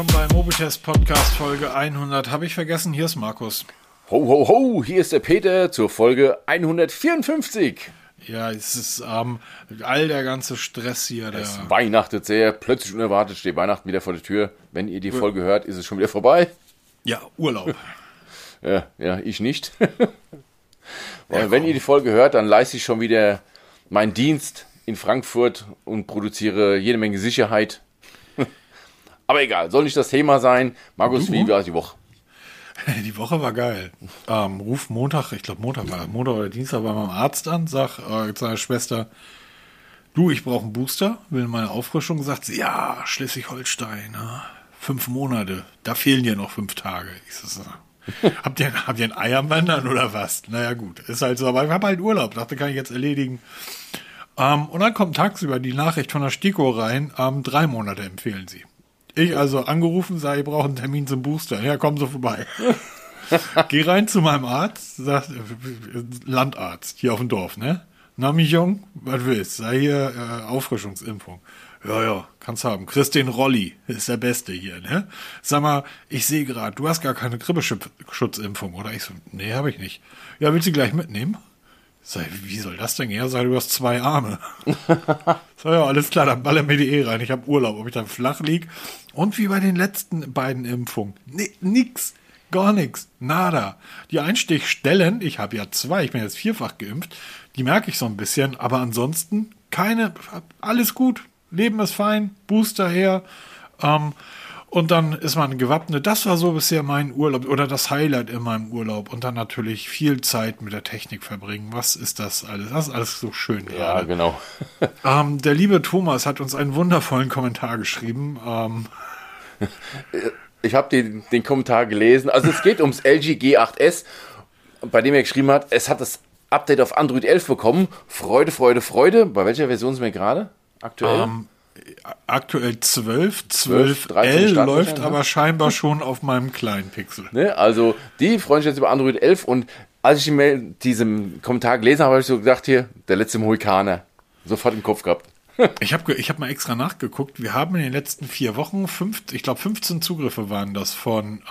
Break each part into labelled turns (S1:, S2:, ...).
S1: willkommen bei Mobitest Podcast Folge 100. Habe ich vergessen, hier ist Markus.
S2: Ho, ho, ho, hier ist der Peter zur Folge 154.
S1: Ja, es ist all der ganze Stress hier.
S2: Es weihnachtet sehr, plötzlich unerwartet steht Weihnachten wieder vor der Tür. Wenn ihr die Folge hört, ist es schon wieder vorbei.
S1: Ja, Urlaub.
S2: Ja, ich nicht. Wenn ihr die Folge hört, dann leiste ich schon wieder meinen Dienst in Frankfurt und produziere jede Menge Sicherheit. Aber egal, soll nicht das Thema sein. Markus, wie war die Woche?
S1: Die Woche war geil. Ruf Montag, ich glaube Montag oder Dienstag bei meinem Arzt an, sag seiner Schwester, du, ich brauche einen Booster, will meine Auffrischung, sagt sie, ja, Schleswig-Holstein, 5 Monate, da fehlen dir noch 5 Tage. Ich so, habt ihr einen Eiermann oder was? Naja gut, ist halt so, aber ich habe halt Urlaub, dachte, kann ich jetzt erledigen. Und dann kommt tagsüber die Nachricht von der STIKO rein, 3 Monate empfehlen sie. Ich also angerufen, sage, ich brauche einen Termin zum Booster. Ja, kommen Sie vorbei. Geh rein zu meinem Arzt, sagt, Landarzt, hier auf dem Dorf, ne? Na, mich jung, was willst? Sei hier Auffrischungsimpfung. Ja, kannst haben. Kriegst den Rolli, ist der Beste hier, ne? Sag mal, ich sehe gerade, du hast gar keine Grippeschutzimpfung, oder? Ich so, nee, habe ich nicht. Ja, willst du gleich mitnehmen? Sag, wie soll das denn? Ja, sag, du hast 2 Arme. Sag, ja, alles klar, dann baller mir die rein. Ich habe Urlaub, ob ich dann flach lieg. Und wie bei den letzten beiden Impfungen. Nix, gar nichts, nada. Die Einstichstellen, ich habe ja 2, ich bin jetzt 4-fach geimpft, die merke ich so ein bisschen, aber ansonsten alles gut. Leben ist fein, Booster her, und dann ist man gewappnet. Das war so bisher mein Urlaub oder das Highlight in meinem Urlaub. Und dann natürlich viel Zeit mit der Technik verbringen. Was ist das alles? Das ist alles so schön gerade.
S2: Ja, genau.
S1: Der liebe Thomas hat uns einen wundervollen Kommentar geschrieben.
S2: Ich habe den Kommentar gelesen. Also es geht ums LG G8S, bei dem er geschrieben hat, es hat das Update auf Android 11 bekommen. Freude, Freude, Freude. Bei welcher Version sind wir gerade aktuell?
S1: Aktuell 12L läuft aber scheinbar schon auf meinem kleinen Pixel.
S2: Ne? Also die freuen sich jetzt über Android 11 und als ich diesen Kommentar gelesen habe ich so gedacht, hier, der letzte Mohikaner. Sofort im Kopf gehabt.
S1: Ich hab mal extra nachgeguckt. Wir haben in den letzten 4 Wochen 15 Zugriffe waren das von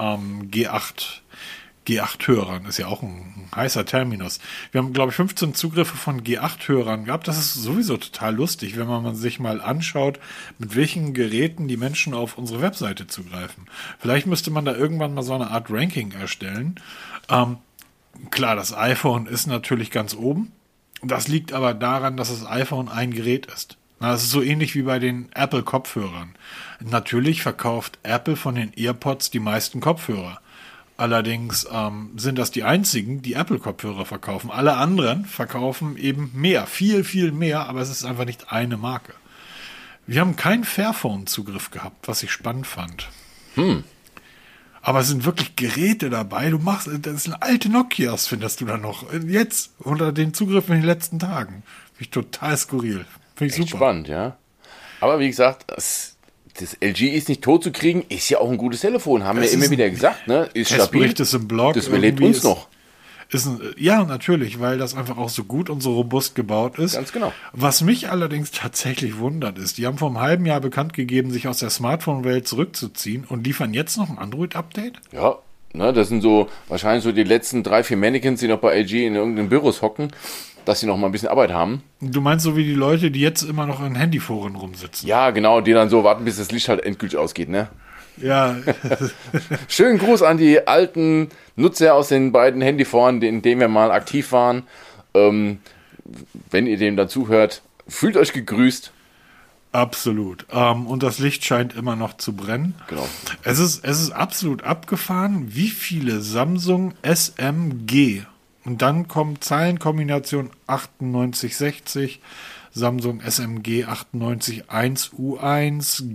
S1: G8-Hörern. Ist ja auch ein heißer Terminus. Wir haben, glaube ich, 15 Zugriffe von G8-Hörern gehabt. Das ist sowieso total lustig, wenn man sich mal anschaut, mit welchen Geräten die Menschen auf unsere Webseite zugreifen. Vielleicht müsste man da irgendwann mal so eine Art Ranking erstellen. Klar, das iPhone ist natürlich ganz oben. Das liegt aber daran, dass das iPhone ein Gerät ist. Das ist so ähnlich wie bei den Apple-Kopfhörern. Natürlich verkauft Apple von den AirPods die meisten Kopfhörer. Allerdings sind das die einzigen, die Apple-Kopfhörer verkaufen. Alle anderen verkaufen eben mehr, viel, viel mehr, aber es ist einfach nicht eine Marke. Wir haben keinen Fairphone-Zugriff gehabt, was ich spannend fand. Aber es sind wirklich Geräte dabei. Das sind alte Nokias, findest du da noch. Jetzt, unter den Zugriffen in den letzten Tagen. Finde ich total skurril. Finde ich super.
S2: Spannend, ja. Aber wie gesagt, das LG ist nicht tot zu kriegen, ist ja auch ein gutes Telefon, haben wir immer wieder gesagt, ne? Ist stabil.
S1: Ist im Blog.
S2: Das überlebt uns noch.
S1: Ja, natürlich, weil das einfach auch so gut und so robust gebaut ist.
S2: Ganz genau.
S1: Was mich allerdings tatsächlich wundert ist, die haben vor einem halben Jahr bekannt gegeben, sich aus der Smartphone-Welt zurückzuziehen und liefern jetzt noch ein Android-Update?
S2: Ja, ne, das sind so wahrscheinlich so die letzten 3-4 Mannequins, die noch bei LG in irgendeinen Büros hocken, dass sie noch mal ein bisschen Arbeit haben.
S1: Du meinst so wie die Leute, die jetzt immer noch in Handyforen rumsitzen?
S2: Ja, genau, die dann so warten, bis das Licht halt endgültig ausgeht, ne?
S1: Ja.
S2: Schönen Gruß an die alten Nutzer aus den beiden Handyforen, in denen wir mal aktiv waren. Wenn ihr dem dazu hört, fühlt euch gegrüßt.
S1: Absolut. Und das Licht scheint immer noch zu brennen.
S2: Genau.
S1: Es ist absolut abgefahren, wie viele Samsung SMG und dann kommt Zeilenkombination 9860, Samsung SMG 98.1U1,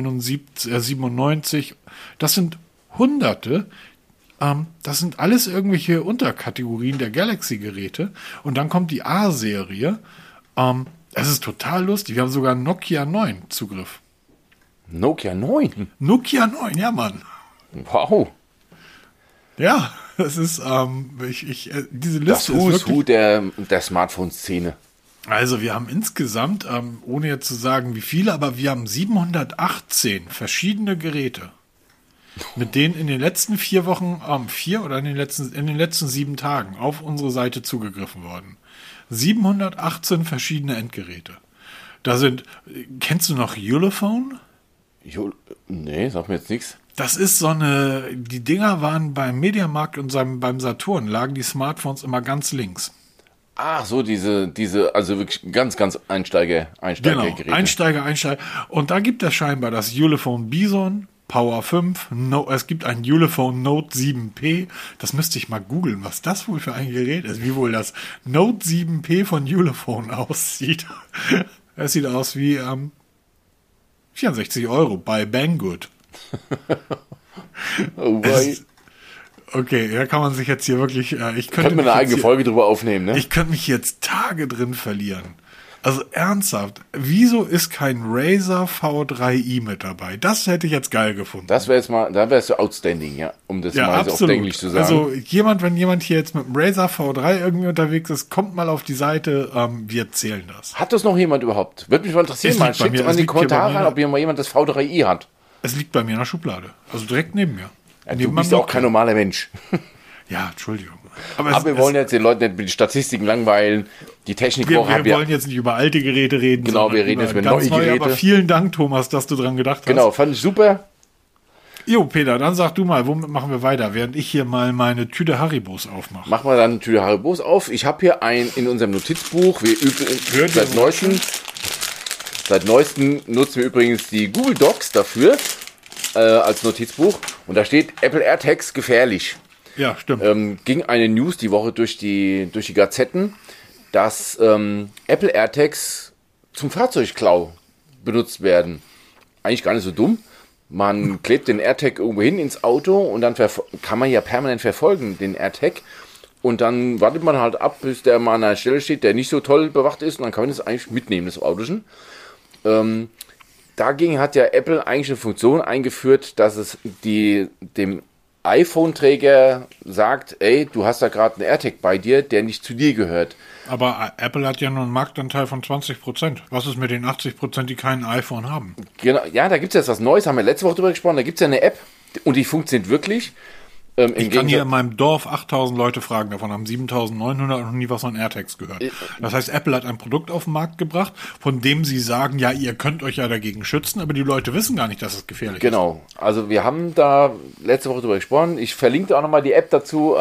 S1: G97. Das sind Hunderte. Das sind alles irgendwelche Unterkategorien der Galaxy-Geräte. Und dann kommt die A-Serie. Es ist total lustig. Wir haben sogar einen Nokia 9 Zugriff.
S2: Nokia 9?
S1: Nokia 9, ja, Mann.
S2: Wow.
S1: Ja, das ist, diese Liste
S2: das
S1: ist wirklich...
S2: der Smartphone-Szene.
S1: Also wir haben insgesamt, ohne jetzt zu sagen wie viele, aber wir haben 718 verschiedene Geräte. mit denen in den letzten 4 Wochen, 4 oder in den letzten 7 Tagen auf unsere Seite zugegriffen worden. 718 verschiedene Endgeräte. Da sind, kennst du noch Ulefone?
S2: Nee, sag mir jetzt nichts.
S1: Das ist die Dinger waren beim Mediamarkt und beim Saturn, lagen die Smartphones immer ganz links.
S2: Ach so, diese, also wirklich ganz, ganz Einsteigergeräte.
S1: Genau, Einsteiger. Und da gibt es scheinbar das Ulefone Bison, Power 5, es gibt ein Ulefone Note 7P. Das müsste ich mal googeln, was das wohl für ein Gerät ist, wie wohl das Note 7P von Ulefone aussieht. Es sieht aus wie 64 € bei Banggood.
S2: Oh boy.
S1: Okay, da kann man sich jetzt hier wirklich...
S2: Könnte man eine eigene Folge drüber aufnehmen, ne?
S1: Ich könnte mich jetzt Tage drin verlieren. Also ernsthaft, wieso ist kein Razer V3i mit dabei? Das hätte ich jetzt geil gefunden.
S2: Das wäre jetzt mal, da wärst du outstanding, ja, um das mal so auf Englisch zu sagen.
S1: Also wenn jemand hier jetzt mit dem Razer V3 irgendwie unterwegs ist, kommt mal auf die Seite, wir zählen das.
S2: Hat das noch jemand überhaupt? Würde mich mal interessieren, mal schickt mal in die Kommentare rein, ob hier mal jemand das V3i hat.
S1: Es liegt bei mir in der Schublade, also direkt neben mir.
S2: Ja, du bist ja auch kein normaler Mensch.
S1: Ja, Entschuldigung.
S2: Aber wir wollen jetzt den Leuten nicht mit den Statistiken langweilen. Die Technikwoche
S1: wir wollen jetzt nicht über alte Geräte reden.
S2: Genau, wir reden jetzt über neue Geräte.
S1: Aber vielen Dank, Thomas, dass du dran gedacht hast.
S2: Genau, fand ich super.
S1: Jo, Peter, dann sag du mal, womit machen wir weiter, während ich hier mal meine Tüte Haribos aufmache.
S2: Mach mal dann eine Tüte Haribos auf. Ich habe hier in unserem Notizbuch, seit neuestem nutzen wir übrigens die Google Docs dafür, als Notizbuch. Und da steht Apple AirTags gefährlich.
S1: Ja, stimmt.
S2: Ging eine News die Woche durch die Gazetten, dass Apple AirTags zum Fahrzeugklau benutzt werden. Eigentlich gar nicht so dumm. Man klebt den AirTag irgendwo hin ins Auto und dann kann man ja permanent verfolgen, den AirTag. Und dann wartet man halt ab, bis der mal an einer Stelle steht, der nicht so toll bewacht ist. Und dann kann man das eigentlich mitnehmen, das Autochen. Dagegen hat ja Apple eigentlich eine Funktion eingeführt, dass es dem iPhone-Träger sagt, ey, du hast da gerade einen AirTag bei dir, der nicht zu dir gehört.
S1: Aber Apple hat ja nur einen Marktanteil von 20%. Was ist mit den 80%, die kein iPhone haben?
S2: Genau, ja, da gibt es jetzt was Neues, haben wir letzte Woche drüber gesprochen, da gibt es ja eine App und die funktioniert wirklich.
S1: Ich kann hier in meinem Dorf 8.000 Leute fragen, davon haben 7.900 noch nie was von AirTags gehört. Das heißt, Apple hat ein Produkt auf den Markt gebracht, von dem sie sagen, ja, ihr könnt euch ja dagegen schützen, aber die Leute wissen gar nicht, dass es gefährlich ist.
S2: Genau, also wir haben da letzte Woche drüber gesprochen. Ich verlinke auch nochmal die App dazu,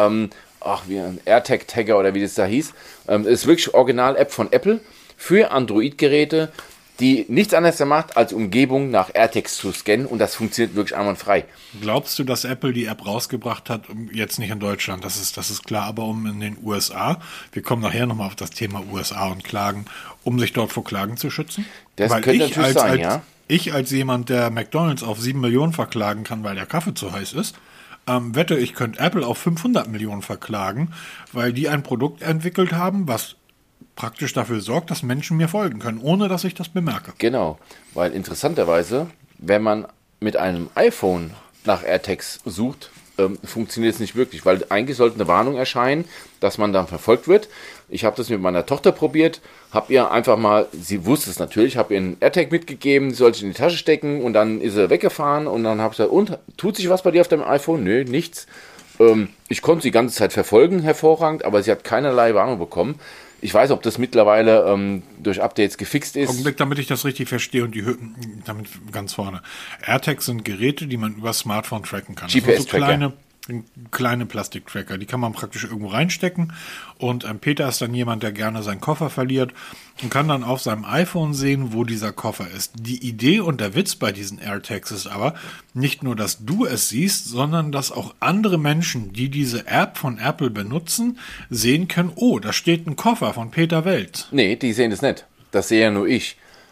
S2: wie ein AirTag-Tagger oder wie das da hieß. Ist wirklich Original-App von Apple für Android-Geräte, die nichts anderes macht, als Umgebung nach AirTags zu scannen und das funktioniert wirklich einwandfrei.
S1: Glaubst du, dass Apple die App rausgebracht hat, jetzt nicht in Deutschland, das ist klar, aber in den USA, wir kommen nachher nochmal auf das Thema USA und Klagen, um sich dort vor Klagen zu schützen?
S2: Das könnte natürlich sein, ja.
S1: Ich als jemand, der McDonald's auf 7 Millionen verklagen kann, weil der Kaffee zu heiß ist, wette, ich könnte Apple auf 500 Millionen verklagen, weil die ein Produkt entwickelt haben, was praktisch dafür sorgt, dass Menschen mir folgen können, ohne dass ich das bemerke.
S2: Genau, weil interessanterweise, wenn man mit einem iPhone nach AirTags sucht, funktioniert es nicht wirklich, weil eigentlich sollte eine Warnung erscheinen, dass man dann verfolgt wird. Ich habe das mit meiner Tochter probiert, habe ihr einfach mal, sie wusste es natürlich, habe ihr einen AirTag mitgegeben, sie sollte in die Tasche stecken und dann ist sie weggefahren und dann habe ich gesagt, und, tut sich was bei dir auf deinem iPhone? Nö, nichts. Ich konnte sie die ganze Zeit verfolgen, hervorragend, aber sie hat keinerlei Warnung bekommen. Ich weiß, ob das mittlerweile durch Updates gefixt ist.
S1: Augenblick, damit ich das richtig verstehe und damit ganz vorne. AirTags sind Geräte, die man über Smartphone tracken kann.
S2: GPS-Tracker.
S1: Kleine Plastiktracker, die kann man praktisch irgendwo reinstecken und Peter ist dann jemand, der gerne seinen Koffer verliert und kann dann auf seinem iPhone sehen, wo dieser Koffer ist. Die Idee und der Witz bei diesen AirTags ist aber nicht nur, dass du es siehst, sondern dass auch andere Menschen, die diese App von Apple benutzen, sehen können, oh, da steht ein Koffer von Peter Welt.
S2: Nee, die sehen es nicht. Das sehe ja nur ich.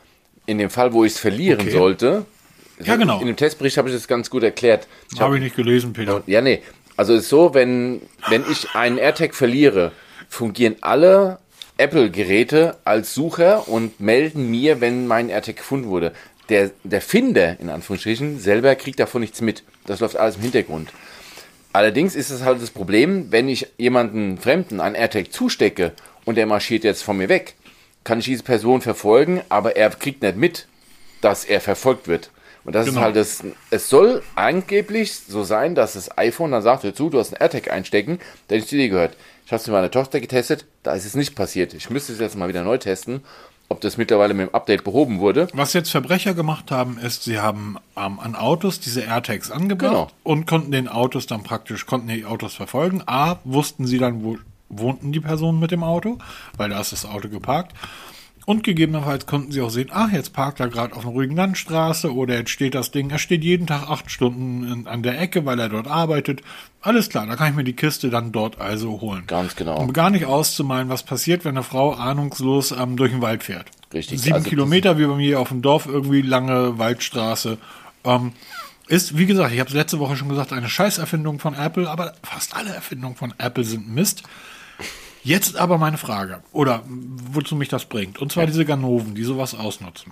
S2: In dem Fall, wo ich es verlieren sollte,
S1: ja, genau.
S2: In dem Testbericht habe ich das ganz gut erklärt.
S1: Habe ich nicht gelesen, Peter.
S2: Ja, nee. Also es ist so, wenn ich einen AirTag verliere, fungieren alle Apple-Geräte als Sucher und melden mir, wenn mein AirTag gefunden wurde. Der Finder, in Anführungsstrichen, selber kriegt davon nichts mit. Das läuft alles im Hintergrund. Allerdings ist es halt das Problem, wenn ich jemanden Fremden einen AirTag zustecke und der marschiert jetzt von mir weg, kann ich diese Person verfolgen, aber er kriegt nicht mit, dass er verfolgt wird. Und das
S1: Genau.
S2: ist halt es soll angeblich so sein, dass das iPhone dann sagt, hör zu, du hast einen AirTag einstecken, der nicht zu dir gehört. Ich habe es mit meiner Tochter getestet, da ist es nicht passiert. Ich müsste es jetzt mal wieder neu testen, ob das mittlerweile mit dem Update behoben wurde.
S1: Was jetzt Verbrecher gemacht haben, ist, sie haben an Autos diese AirTags angebracht
S2: Genau.
S1: und konnten die Autos verfolgen. A, wussten sie dann, wo wohnten die Personen mit dem Auto, weil da ist das Auto geparkt. Und gegebenenfalls konnten sie auch sehen, jetzt parkt er gerade auf einer ruhigen Landstraße oder jetzt steht das Ding, er steht jeden Tag 8 Stunden an der Ecke, weil er dort arbeitet. Alles klar, da kann ich mir die Kiste dann dort also holen.
S2: Ganz genau.
S1: Um gar nicht auszumalen, was passiert, wenn eine Frau ahnungslos durch den Wald fährt.
S2: Richtig.
S1: 7
S2: Also
S1: Kilometer, wie bei mir auf dem Dorf, irgendwie lange Waldstraße. Ist, wie gesagt, ich habe es letzte Woche schon gesagt, eine Scheißerfindung von Apple, aber fast alle Erfindungen von Apple sind Mist. Jetzt aber meine Frage, oder wozu mich das bringt, und zwar diese Ganoven, die sowas ausnutzen.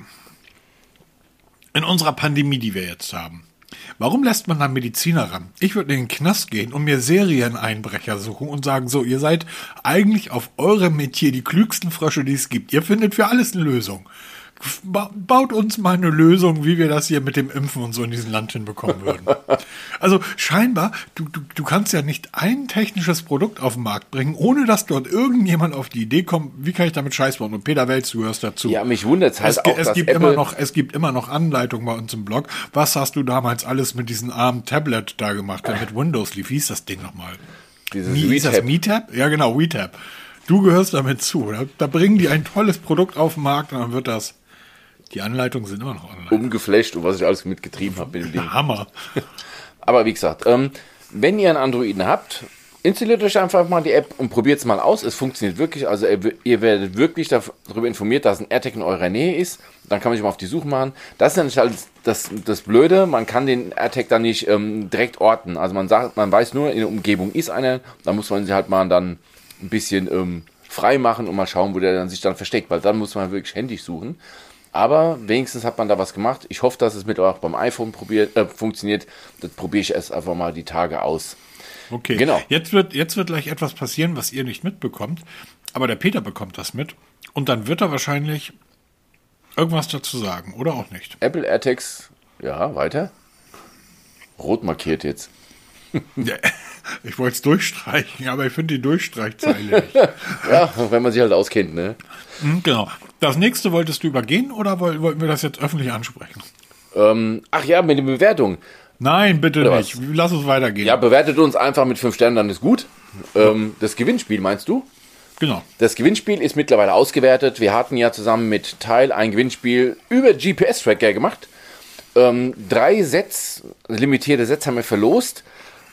S1: In unserer Pandemie, die wir jetzt haben, warum lässt man da Mediziner ran? Ich würde in den Knast gehen und mir Serieneinbrecher suchen und sagen, so, ihr seid eigentlich auf eurem Metier die klügsten Frösche, die es gibt. Ihr findet für alles eine Lösung. Baut uns mal eine Lösung, wie wir das hier mit dem Impfen und so in diesem Land hinbekommen würden. Also scheinbar, du kannst ja nicht ein technisches Produkt auf den Markt bringen, ohne dass dort irgendjemand auf die Idee kommt, wie kann ich damit Scheiß bauen? Und Peter Welz, du gehörst dazu.
S2: Ja, mich wundert es halt auch,
S1: Es
S2: dass
S1: gibt
S2: Apple...
S1: es gibt immer noch Anleitungen bei uns im Blog. Was hast du damals alles mit diesem armen Tablet da gemacht, der mit Windows lief? Wie hieß das Ding nochmal?
S2: Dieses
S1: Ist das MeTab? Ja, genau, WeTab. Du gehörst damit zu. Da bringen die ein tolles Produkt auf den Markt und dann wird das... Die Anleitungen sind immer noch online.
S2: umgeflasht und was ich alles mitgetrieben habe mit dem Ding.
S1: Hammer.
S2: Aber wie gesagt, wenn ihr einen Androiden habt, installiert euch einfach mal die App und probiert es mal aus. Es funktioniert wirklich. Also ihr werdet wirklich darüber informiert, dass ein AirTag in eurer Nähe ist. Dann kann man sich mal auf die Suche machen. Das ist dann halt das Blöde. Man kann den AirTag dann nicht direkt orten. Also man weiß nur, in der Umgebung ist einer. Da muss man sich halt mal dann ein bisschen frei machen und mal schauen, wo der dann sich dann versteckt. Weil dann muss man wirklich händisch suchen. Aber wenigstens hat man da was gemacht. Ich hoffe, dass es mit auch beim iPhone funktioniert. Das probiere ich erst einfach mal die Tage aus.
S1: Okay,
S2: Genau.
S1: Jetzt wird gleich etwas passieren, was ihr nicht mitbekommt. Aber der Peter bekommt das mit. Und dann wird er wahrscheinlich irgendwas dazu sagen. Oder auch nicht.
S2: Apple AirTags, ja, weiter. Rot markiert jetzt.
S1: Ja, ich wollte es durchstreichen, aber ich finde die Durchstreichzeile nicht.
S2: Ja, wenn man sich halt auskennt, ne?
S1: Genau. Das nächste wolltest du übergehen oder wollten wir das jetzt öffentlich ansprechen?
S2: Ach ja, mit den Bewertungen.
S1: Nein, bitte
S2: Oder
S1: nicht. Lass uns weitergehen.
S2: Ja, bewertet uns einfach mit 5 Sternen, dann ist gut. Das Gewinnspiel, meinst du?
S1: Genau.
S2: Das Gewinnspiel ist mittlerweile ausgewertet. Wir hatten ja zusammen mit Teil ein Gewinnspiel über GPS-Tracker gemacht. 3 Sets, limitierte Sets haben wir verlost.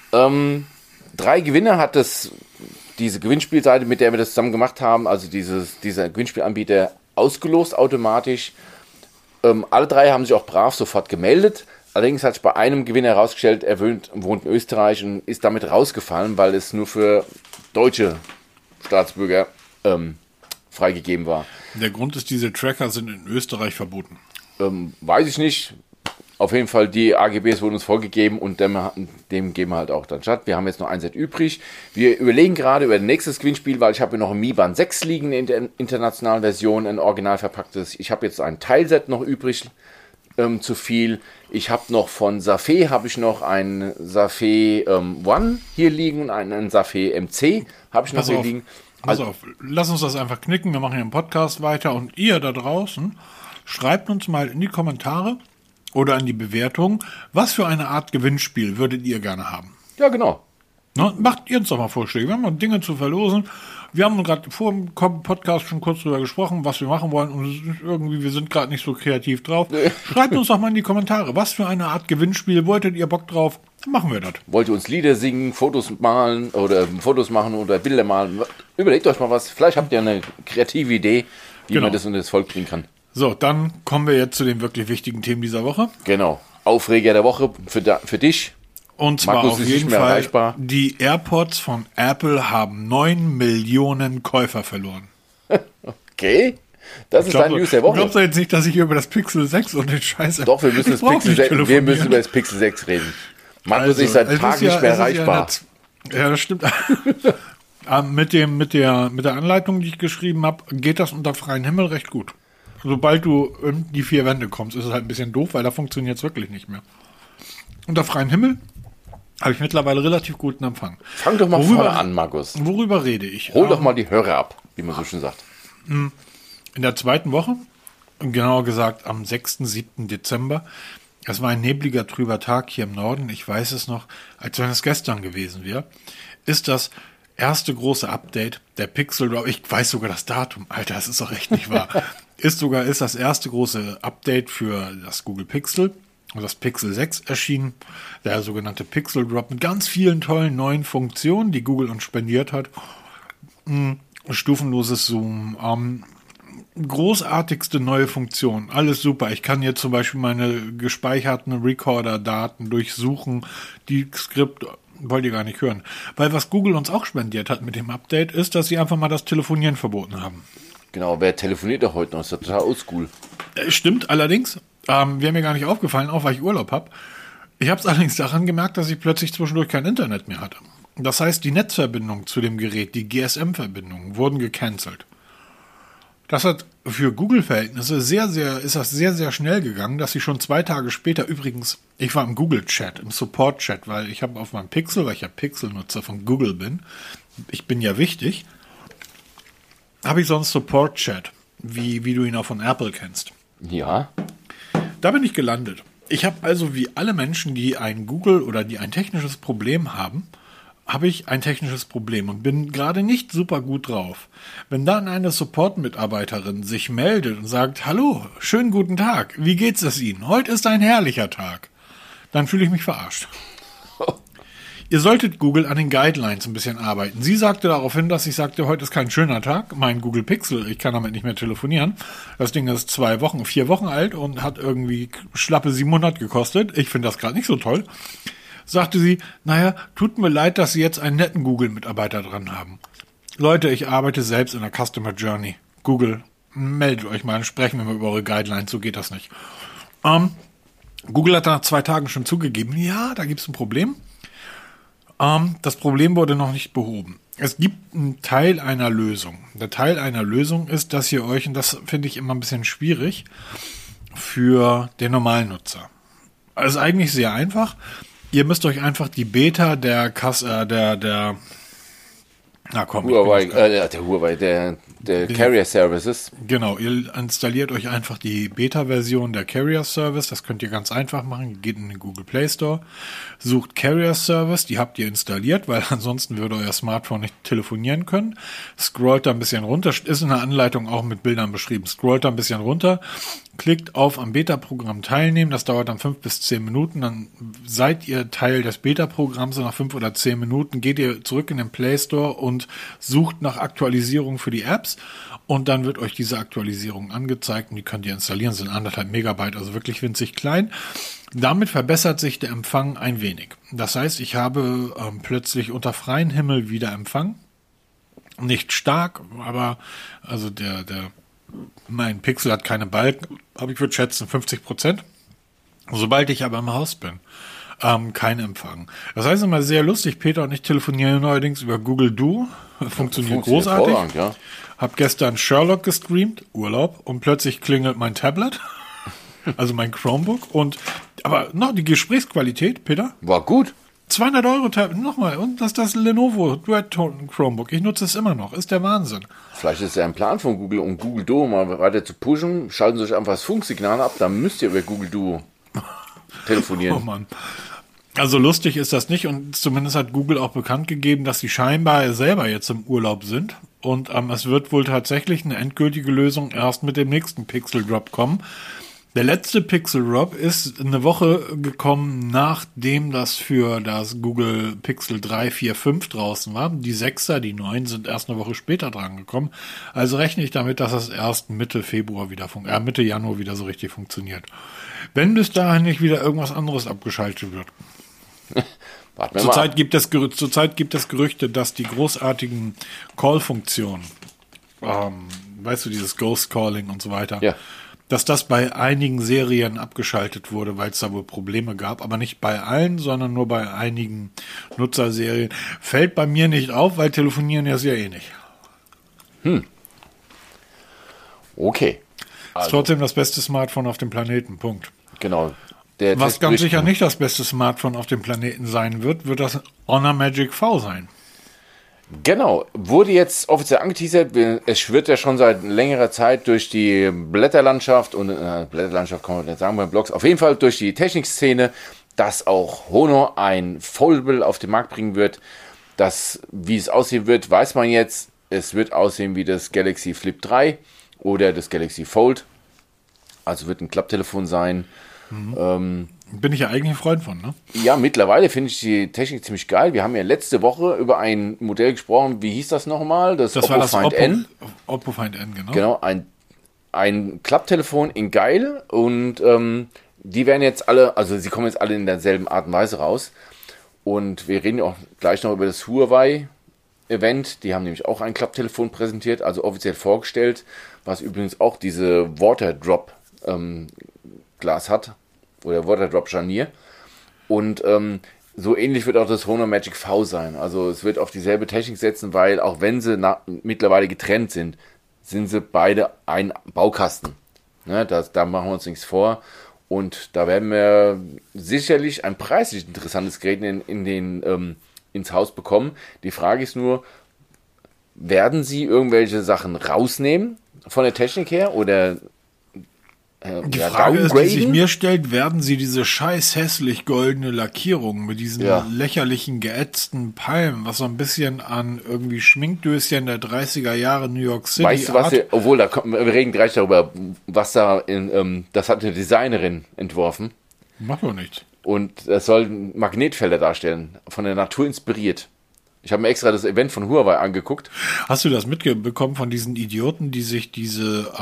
S2: 3 Gewinner hat diese Gewinnspielseite, mit der wir das zusammen gemacht haben, also dieser Gewinnspielanbieter, ausgelost automatisch. Alle 3 haben sich auch brav sofort gemeldet. Allerdings hat sich bei einem Gewinner herausgestellt, er wohnt in Österreich und ist damit rausgefallen, weil es nur für deutsche Staatsbürger freigegeben war.
S1: Der Grund ist, diese Tracker sind in Österreich verboten.
S2: Weiß ich nicht. Auf jeden Fall, die AGBs wurden uns vorgegeben und dem geben wir halt auch dann statt. Wir haben jetzt noch ein Set übrig. Wir überlegen gerade über ein nächstes Gewinnspiel, weil ich habe hier noch ein Mi Band 6 liegen in der internationalen Version, ein original verpacktes. Ich habe jetzt ein Teilset noch übrig, zu viel. Ich habe noch von Safé, ein Safé One hier liegen und einen Safé MC habe ich noch hier liegen.
S1: Pass auf, lass uns das einfach knicken. Wir machen hier einen Podcast weiter und ihr da draußen schreibt uns mal in die Kommentare oder in die Bewertung, was für eine Art Gewinnspiel würdet ihr gerne haben?
S2: Ja, genau.
S1: Ne? Macht ihr uns doch mal Vorschläge. Wir haben noch Dinge zu verlosen. Wir haben gerade vor dem Podcast schon kurz drüber gesprochen, was wir machen wollen. Und irgendwie, wir sind gerade nicht so kreativ drauf. Schreibt uns doch mal in die Kommentare, was für eine Art Gewinnspiel wolltet ihr Bock drauf? Dann machen wir das.
S2: Wollt ihr uns Lieder singen, Fotos malen oder Fotos machen oder Bilder malen? Überlegt euch mal was. Vielleicht habt ihr eine kreative Idee, wie man das unter das Volk bringen kann.
S1: So, dann kommen wir jetzt zu den wirklich wichtigen Themen dieser Woche.
S2: Genau. Aufreger der Woche für dich.
S1: Und zwar
S2: Markus
S1: auf
S2: ist
S1: jeden
S2: nicht mehr
S1: Fall,
S2: erreichbar.
S1: die AirPods von Apple haben 9 Millionen Käufer verloren.
S2: Okay. Das ist dein News der Woche.
S1: Glaubst du jetzt nicht, dass ich über das Pixel 6 und den Scheiß...
S2: Doch, wir müssen über das Pixel 6 reden. Markus ist seit Tagen nicht mehr erreichbar.
S1: Ja, das stimmt. Mit der Anleitung, die ich geschrieben habe, geht das unter freiem Himmel recht gut. Sobald du in die 4 Wände kommst, ist es halt ein bisschen doof, weil da funktioniert es wirklich nicht mehr. Unter freiem Himmel habe ich mittlerweile relativ guten Empfang.
S2: Fang doch mal vorne an, Markus.
S1: Worüber rede ich?
S2: Hol doch mal die Hörer ab, wie man so schön sagt.
S1: In der 2. Woche, genauer gesagt am 6., 7. Dezember, es war ein nebliger, trüber Tag hier im Norden, ich weiß es noch, als wenn es gestern gewesen wäre, ist das erste große Update der Pixel Drop, ich weiß sogar das Datum, Alter, das ist doch echt nicht wahr, ist das erste große Update für das Google Pixel. Und das Pixel 6 erschienen, der sogenannte Pixel Drop mit ganz vielen tollen neuen Funktionen, die Google uns spendiert hat. Stufenloses Zoom, großartigste neue Funktion, alles super. Ich kann jetzt zum Beispiel meine gespeicherten Recorder-Daten durchsuchen, die Skript wollt ihr gar nicht hören. Weil was Google uns auch spendiert hat mit dem Update, ist, dass sie einfach mal das Telefonieren verboten haben.
S2: Genau, wer telefoniert doch heute noch? Das ist total oldschool.
S1: Stimmt allerdings. Wäre mir gar nicht aufgefallen, auch weil ich Urlaub habe. Ich habe es allerdings daran gemerkt, dass ich plötzlich zwischendurch kein Internet mehr hatte. Das heißt, die Netzverbindung zu dem Gerät, die GSM-Verbindungen, wurden gecancelt. Das hat für Google-Verhältnisse sehr, sehr schnell gegangen, dass sie schon 2 Tage später, übrigens, ich war im Google-Chat, im Support-Chat, weil ich habe auf meinem Pixel, weil ich ja Pixel-Nutzer von Google bin, ich bin ja wichtig, habe ich so einen Support-Chat, wie du ihn auch von Apple kennst.
S2: Ja.
S1: Da bin ich gelandet. Ich habe also wie alle Menschen, die ein Google oder die ein technisches Problem haben, habe ich ein technisches Problem und bin gerade nicht super gut drauf. Wenn dann eine Support-Mitarbeiterin sich meldet und sagt, hallo, schönen guten Tag, wie geht's es Ihnen? Heute ist ein herrlicher Tag. Dann fühle ich mich verarscht. Ihr solltet Google an den Guidelines ein bisschen arbeiten. Sie sagte darauf hin, dass ich sagte, heute ist kein schöner Tag. Mein Google Pixel, ich kann damit nicht mehr telefonieren. Das Ding ist 4 Wochen alt und hat irgendwie schlappe 700 gekostet. Ich finde das gerade nicht so toll. Sagte sie, naja, tut mir leid, dass Sie jetzt einen netten Google-Mitarbeiter dran haben. Leute, ich arbeite selbst in der Customer Journey. Google, meldet euch mal, sprechen wir mal über eure Guidelines, so geht das nicht. Google hat nach 2 Tagen schon zugegeben, ja, da gibt es ein Problem. Das Problem wurde noch nicht behoben. Es gibt einen Teil einer Lösung. Der Teil einer Lösung ist, dass ihr euch, und das finde ich immer ein bisschen schwierig, für den normalen Nutzer. Also eigentlich sehr einfach. Ihr müsst euch einfach die Beta der
S2: Huawei, der Carrier Services.
S1: Genau, ihr installiert euch einfach die Beta-Version der Carrier Service. Das könnt ihr ganz einfach machen. Geht in den Google Play Store, sucht Carrier Service, die habt ihr installiert, weil ansonsten würde euer Smartphone nicht telefonieren können. Scrollt da ein bisschen runter, ist in der Anleitung auch mit Bildern beschrieben. Scrollt da ein bisschen runter, klickt auf am Beta-Programm teilnehmen. Das dauert dann 5 bis 10 Minuten. Dann seid ihr Teil des Beta-Programms und nach 5 oder 10 Minuten geht ihr zurück in den Play Store und sucht nach Aktualisierung für die Apps und dann wird euch diese Aktualisierung angezeigt und die könnt ihr installieren, sind 1,5 Megabyte, also wirklich winzig klein. Damit verbessert sich der Empfang ein wenig. Das heißt, ich habe plötzlich unter freiem Himmel wieder Empfang. Nicht stark, aber also mein Pixel hat keine Balken, aber ich würde schätzen 50%. Sobald ich aber im Haus bin, kein Empfang. Das heißt immer sehr lustig, Peter und ich telefonieren neuerdings über Google Duo. Funktioniert großartig. Ja. Hab gestern Sherlock gestreamt, Urlaub, und plötzlich klingelt mein Tablet, also mein Chromebook. Aber noch die Gesprächsqualität, Peter?
S2: War gut.
S1: 200 € Tablet, nochmal. Und das Lenovo Dual-Tone Chromebook. Ich nutze es immer noch. Ist der Wahnsinn.
S2: Vielleicht ist es ja ein Plan von Google, um Google Duo mal weiter zu pushen. Schalten Sie sich einfach das Funksignal ab, dann müsst ihr über Google Duo telefonieren.
S1: Oh Mann. Also lustig ist das nicht und zumindest hat Google auch bekannt gegeben, dass sie scheinbar selber jetzt im Urlaub sind und es wird wohl tatsächlich eine endgültige Lösung erst mit dem nächsten Pixel Drop kommen. Der letzte Pixel Drop ist eine Woche gekommen, nachdem das für das Google Pixel 3, 4, 5 draußen war. Die 6er, die 9 sind erst eine Woche später dran gekommen. Also rechne ich damit, dass es erst Mitte Januar wieder so richtig funktioniert. Wenn bis dahin nicht wieder irgendwas anderes abgeschaltet wird. Zurzeit gibt es Gerüchte, dass die großartigen Call-Funktionen, weißt du, dieses Ghost Calling und so weiter,
S2: ja,
S1: dass das bei einigen Serien abgeschaltet wurde, weil es da wohl Probleme gab, aber nicht bei allen, sondern nur bei einigen Nutzerserien. Fällt bei mir nicht auf, weil telefonieren ja sehr ähnlich.
S2: Okay.
S1: Ist trotzdem das beste Smartphone auf dem Planeten, Punkt.
S2: Genau.
S1: Was ganz sicher nicht das beste Smartphone auf dem Planeten sein wird das Honor Magic V sein.
S2: Genau, wurde jetzt offiziell angeteasert. Es schwirrt ja schon seit längerer Zeit durch die Blätterlandschaft und Blätterlandschaft kann man nicht sagen bei Blogs, auf jeden Fall durch die Technikszene, dass auch Honor ein Foldable auf den Markt bringen wird. Wie es aussehen wird, weiß man jetzt. Es wird aussehen wie das Galaxy Flip 3 oder das Galaxy Fold. Also wird ein Klapptelefon sein.
S1: Bin ich ja eigentlich ein Freund von, ne?
S2: Ja, mittlerweile finde ich die Technik ziemlich geil. Wir haben ja letzte Woche über ein Modell gesprochen. Wie hieß das nochmal? Das
S1: war das Find N. Oppo Find N, genau.
S2: Genau, ein Klapptelefon in geil. Und die werden jetzt alle, also sie kommen jetzt alle in derselben Art und Weise raus. Und wir reden ja auch gleich noch über das Huawei-Event. Die haben nämlich auch ein Klapptelefon präsentiert, also offiziell vorgestellt, was übrigens auch diese Waterdrop-Glas hat. Oder Waterdrop-Scharnier. Und so ähnlich wird auch das Honor Magic V sein. Also es wird auf dieselbe Technik setzen, weil auch wenn sie mittlerweile getrennt sind, sind sie beide ein Baukasten. Ne, da machen wir uns nichts vor. Und da werden wir sicherlich ein preislich interessantes Gerät ins Haus bekommen. Die Frage ist nur, werden sie irgendwelche Sachen rausnehmen von der Technik her oder
S1: die Frage ist, die sich mir stellt, werden sie diese scheiß hässlich goldene Lackierung mit diesen lächerlichen geätzten Palmen, was so ein bisschen an irgendwie Schminkdöschen der 30er Jahre New York City
S2: weißt du, was wir reden gleich darüber, was da das hat eine Designerin entworfen.
S1: Macht doch nichts.
S2: Und das soll Magnetfelder darstellen, von der Natur inspiriert. Ich habe mir extra das Event von Huawei angeguckt.
S1: Hast du das mitbekommen von diesen Idioten, die sich diese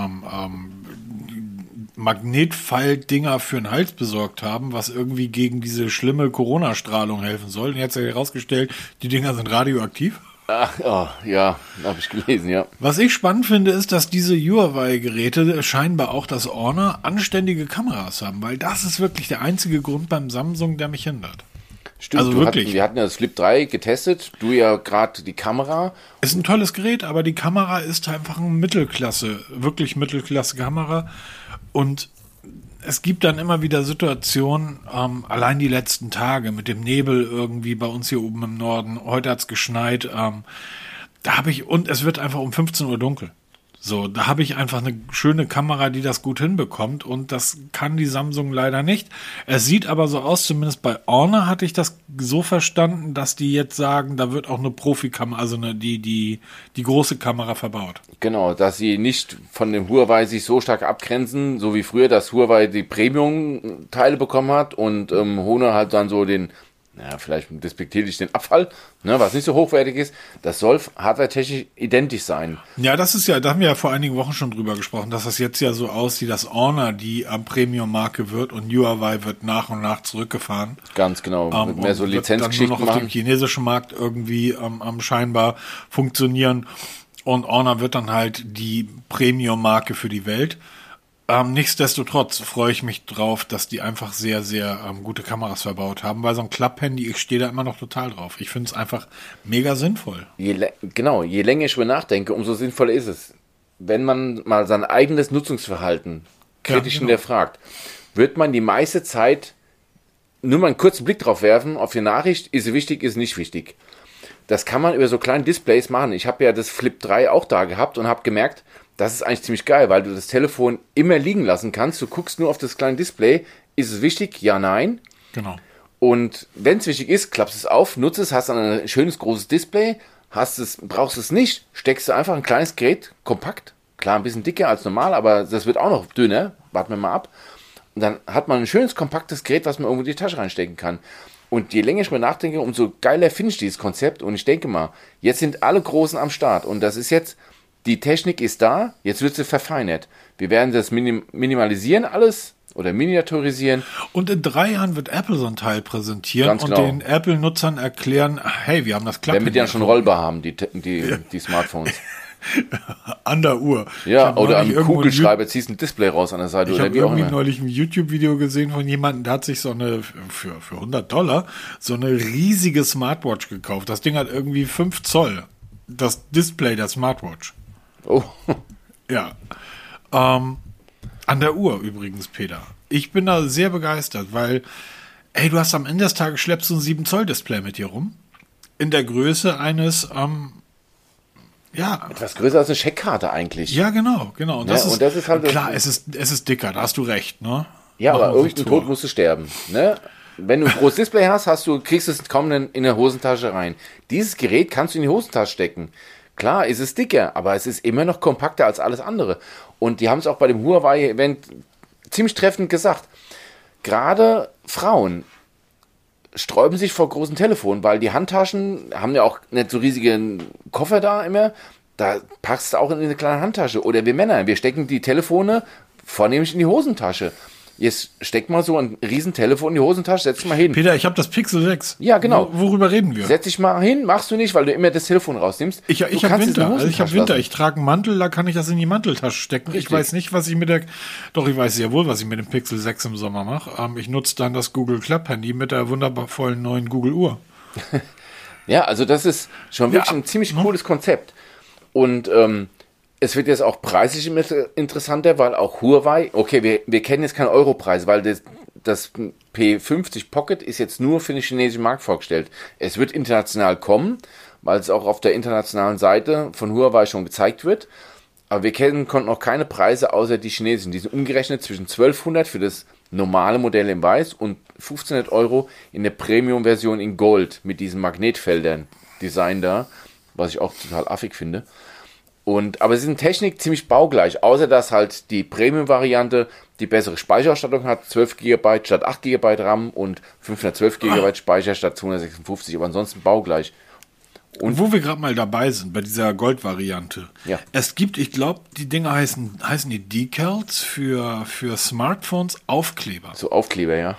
S1: Magnetfall-Dinger für den Hals besorgt haben, was irgendwie gegen diese schlimme Corona-Strahlung helfen soll? Und jetzt hat sich herausgestellt, die Dinger sind radioaktiv.
S2: Ach, oh, ja, habe ich gelesen, ja.
S1: Was ich spannend finde, ist, dass diese Huawei-Geräte scheinbar auch das Honor anständige Kameras haben, weil das ist wirklich der einzige Grund beim Samsung, der mich hindert.
S2: Stimmt,
S1: also wirklich.
S2: Wir hatten ja das Flip 3 getestet, du ja gerade die Kamera.
S1: Ist ein tolles Gerät, aber die Kamera ist einfach eine wirklich Mittelklasse-Kamera. Und es gibt dann immer wieder Situationen, allein die letzten Tage mit dem Nebel irgendwie bei uns hier oben im Norden, heute hat's geschneit, und es wird einfach um 15 Uhr dunkel. So, da habe ich einfach eine schöne Kamera, die das gut hinbekommt und das kann die Samsung leider nicht. Es sieht aber so aus, zumindest bei Honor hatte ich das so verstanden, dass die jetzt sagen, da wird auch eine Profikamera, also die große Kamera verbaut.
S2: Genau, dass sie nicht von dem Huawei sich so stark abgrenzen, so wie früher, dass Huawei die Premium-Teile bekommen hat und Honor halt dann so vielleicht despektierlich den Abfall, ne, was nicht so hochwertig ist, das soll hardware-technisch identisch sein.
S1: Ja, da haben wir ja vor einigen Wochen schon drüber gesprochen, dass das jetzt ja so aussieht, dass Honor die Premium-Marke wird und Huawei wird nach und nach zurückgefahren.
S2: Ganz genau, mit mehr so Lizenzgeschichten
S1: machen. Nur noch auf dem chinesischen Markt irgendwie scheinbar funktionieren und Honor wird dann halt die Premium-Marke für die Welt. Nichtsdestotrotz freue ich mich drauf, dass die einfach sehr, sehr gute Kameras verbaut haben, weil so ein Klapphandy, ich stehe da immer noch total drauf. Ich finde es einfach mega sinnvoll.
S2: Je länger ich drüber nachdenke, umso sinnvoller ist es. Wenn man mal sein eigenes Nutzungsverhalten kritisch hinterfragt, wird man die meiste Zeit nur mal einen kurzen Blick drauf werfen, auf die Nachricht, ist sie wichtig, ist sie nicht wichtig. Das kann man über so kleine Displays machen. Ich habe ja das Flip 3 auch da gehabt und habe gemerkt, das ist eigentlich ziemlich geil, weil du das Telefon immer liegen lassen kannst. Du guckst nur auf das kleine Display. Ist es wichtig? Ja, nein.
S1: Genau.
S2: Und wenn es wichtig ist, klappst es auf, nutzt es, hast dann ein schönes großes Display. Brauchst es nicht, steckst du einfach ein kleines Gerät, kompakt. Klar, ein bisschen dicker als normal, aber das wird auch noch dünner. Warten wir mal ab. Und dann hat man ein schönes, kompaktes Gerät, was man irgendwo in die Tasche reinstecken kann. Und je länger ich mir nachdenke, umso geiler finde ich dieses Konzept. Und ich denke mal, jetzt sind alle Großen am Start. Und das ist jetzt... Die Technik ist da, jetzt wird sie verfeinert. Wir werden das minimalisieren alles oder miniaturisieren.
S1: Und in 3 Jahren wird Apple so ein Teil präsentieren
S2: Ganz
S1: und den Apple-Nutzern erklären, hey, wir haben das Klapphandy.
S2: Wenn wir die dann schon rollbar haben, die Smartphones.
S1: An der Uhr.
S2: Ja, oder am Kugelschreiber ziehst ein Display raus an der Seite.
S1: Ich habe irgendwie neulich ein YouTube-Video gesehen von jemandem, der hat sich so eine, für $100, so eine riesige Smartwatch gekauft. Das Ding hat irgendwie 5 Zoll. Das Display der Smartwatch.
S2: Oh.
S1: Ja. An der Uhr übrigens, Peter. Ich bin da sehr begeistert, weil, du hast am Ende des Tages schleppst du ein 7-Zoll-Display mit dir rum. In der Größe eines,
S2: Etwas größer als eine Scheckkarte eigentlich.
S1: Ja, genau. Und das
S2: ist halt
S1: klar, es ist dicker, da hast du recht, ne?
S2: Ja, aber irgendein Tod musst du sterben, ne? Wenn du ein großes Display hast, kriegst du es kaum in der Hosentasche rein. Dieses Gerät kannst du in die Hosentasche stecken. Klar, ist es dicker, aber es ist immer noch kompakter als alles andere. Und die haben es auch bei dem Huawei-Event ziemlich treffend gesagt. Gerade Frauen sträuben sich vor großen Telefonen, weil die Handtaschen haben ja auch nicht so riesige Koffer da immer. Da packst du auch in eine kleine Handtasche. Oder wir Männer, wir stecken die Telefone vornehmlich in die Hosentasche. Jetzt steck mal so ein riesen Telefon in die Hosentasche, setz dich mal hin.
S1: Peter, ich habe das Pixel 6.
S2: Ja, genau.
S1: Worüber reden wir?
S2: Setz dich mal hin, machst du nicht, weil du immer das Telefon rausnimmst.
S1: Ich habe Winter. Ich trage einen Mantel, da kann ich das in die Manteltasche stecken.
S2: Richtig.
S1: Ich weiß nicht, was ich ich weiß sehr wohl, was ich mit dem Pixel 6 im Sommer mache. Ich nutze dann das Google Club Handy mit der wundervollen neuen Google Uhr.
S2: Ja, also das ist schon wirklich ein ziemlich cooles Konzept. Und es wird jetzt auch preislich immer interessanter, weil auch Huawei, okay, wir kennen jetzt keine Europreise, weil das P50 Pocket ist jetzt nur für den chinesischen Markt vorgestellt. Es wird international kommen, weil es auch auf der internationalen Seite von Huawei schon gezeigt wird. Aber wir konnten noch keine Preise außer die chinesischen. Die sind umgerechnet zwischen 1200 für das normale Modell in Weiß und 1500 Euro in der Premium-Version in Gold mit diesen Magnetfeldern Design da, was ich auch total affig finde. Aber sie sind Technik ziemlich baugleich, außer dass halt die Premium-Variante die bessere Speicherausstattung hat, 12 GB statt 8 GB RAM und 512 GB Speicher statt 256, aber ansonsten baugleich.
S1: Und wo wir gerade mal dabei sind, bei dieser Gold-Variante.
S2: Ja.
S1: Es gibt, ich glaube, die Dinger heißen die Decals für Smartphones, Aufkleber.
S2: So Aufkleber, ja.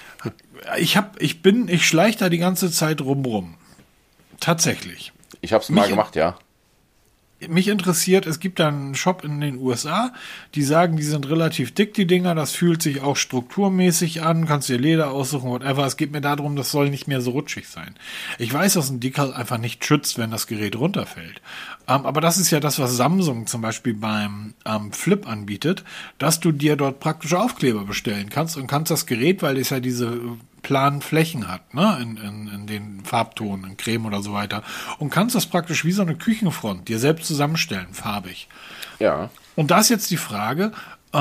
S1: Ich schleiche da die ganze Zeit rum. Tatsächlich.
S2: Ich habe es mal gemacht, ja.
S1: Mich interessiert, es gibt da einen Shop in den USA, die sagen, die sind relativ dick, die Dinger, das fühlt sich auch strukturmäßig an, kannst dir Leder aussuchen, whatever. Es geht mir darum, das soll nicht mehr so rutschig sein. Ich weiß, dass ein Decal einfach nicht schützt, wenn das Gerät runterfällt. Aber das ist ja das, was Samsung zum Beispiel beim Flip anbietet, dass du dir dort praktische Aufkleber bestellen kannst und kannst das Gerät, weil es ja diese planen Flächen hat, ne, in den Farbtonen, in Creme oder so weiter, und kannst das praktisch wie so eine Küchenfront dir selbst zusammenstellen, farbig.
S2: Ja.
S1: Und da ist jetzt die Frage,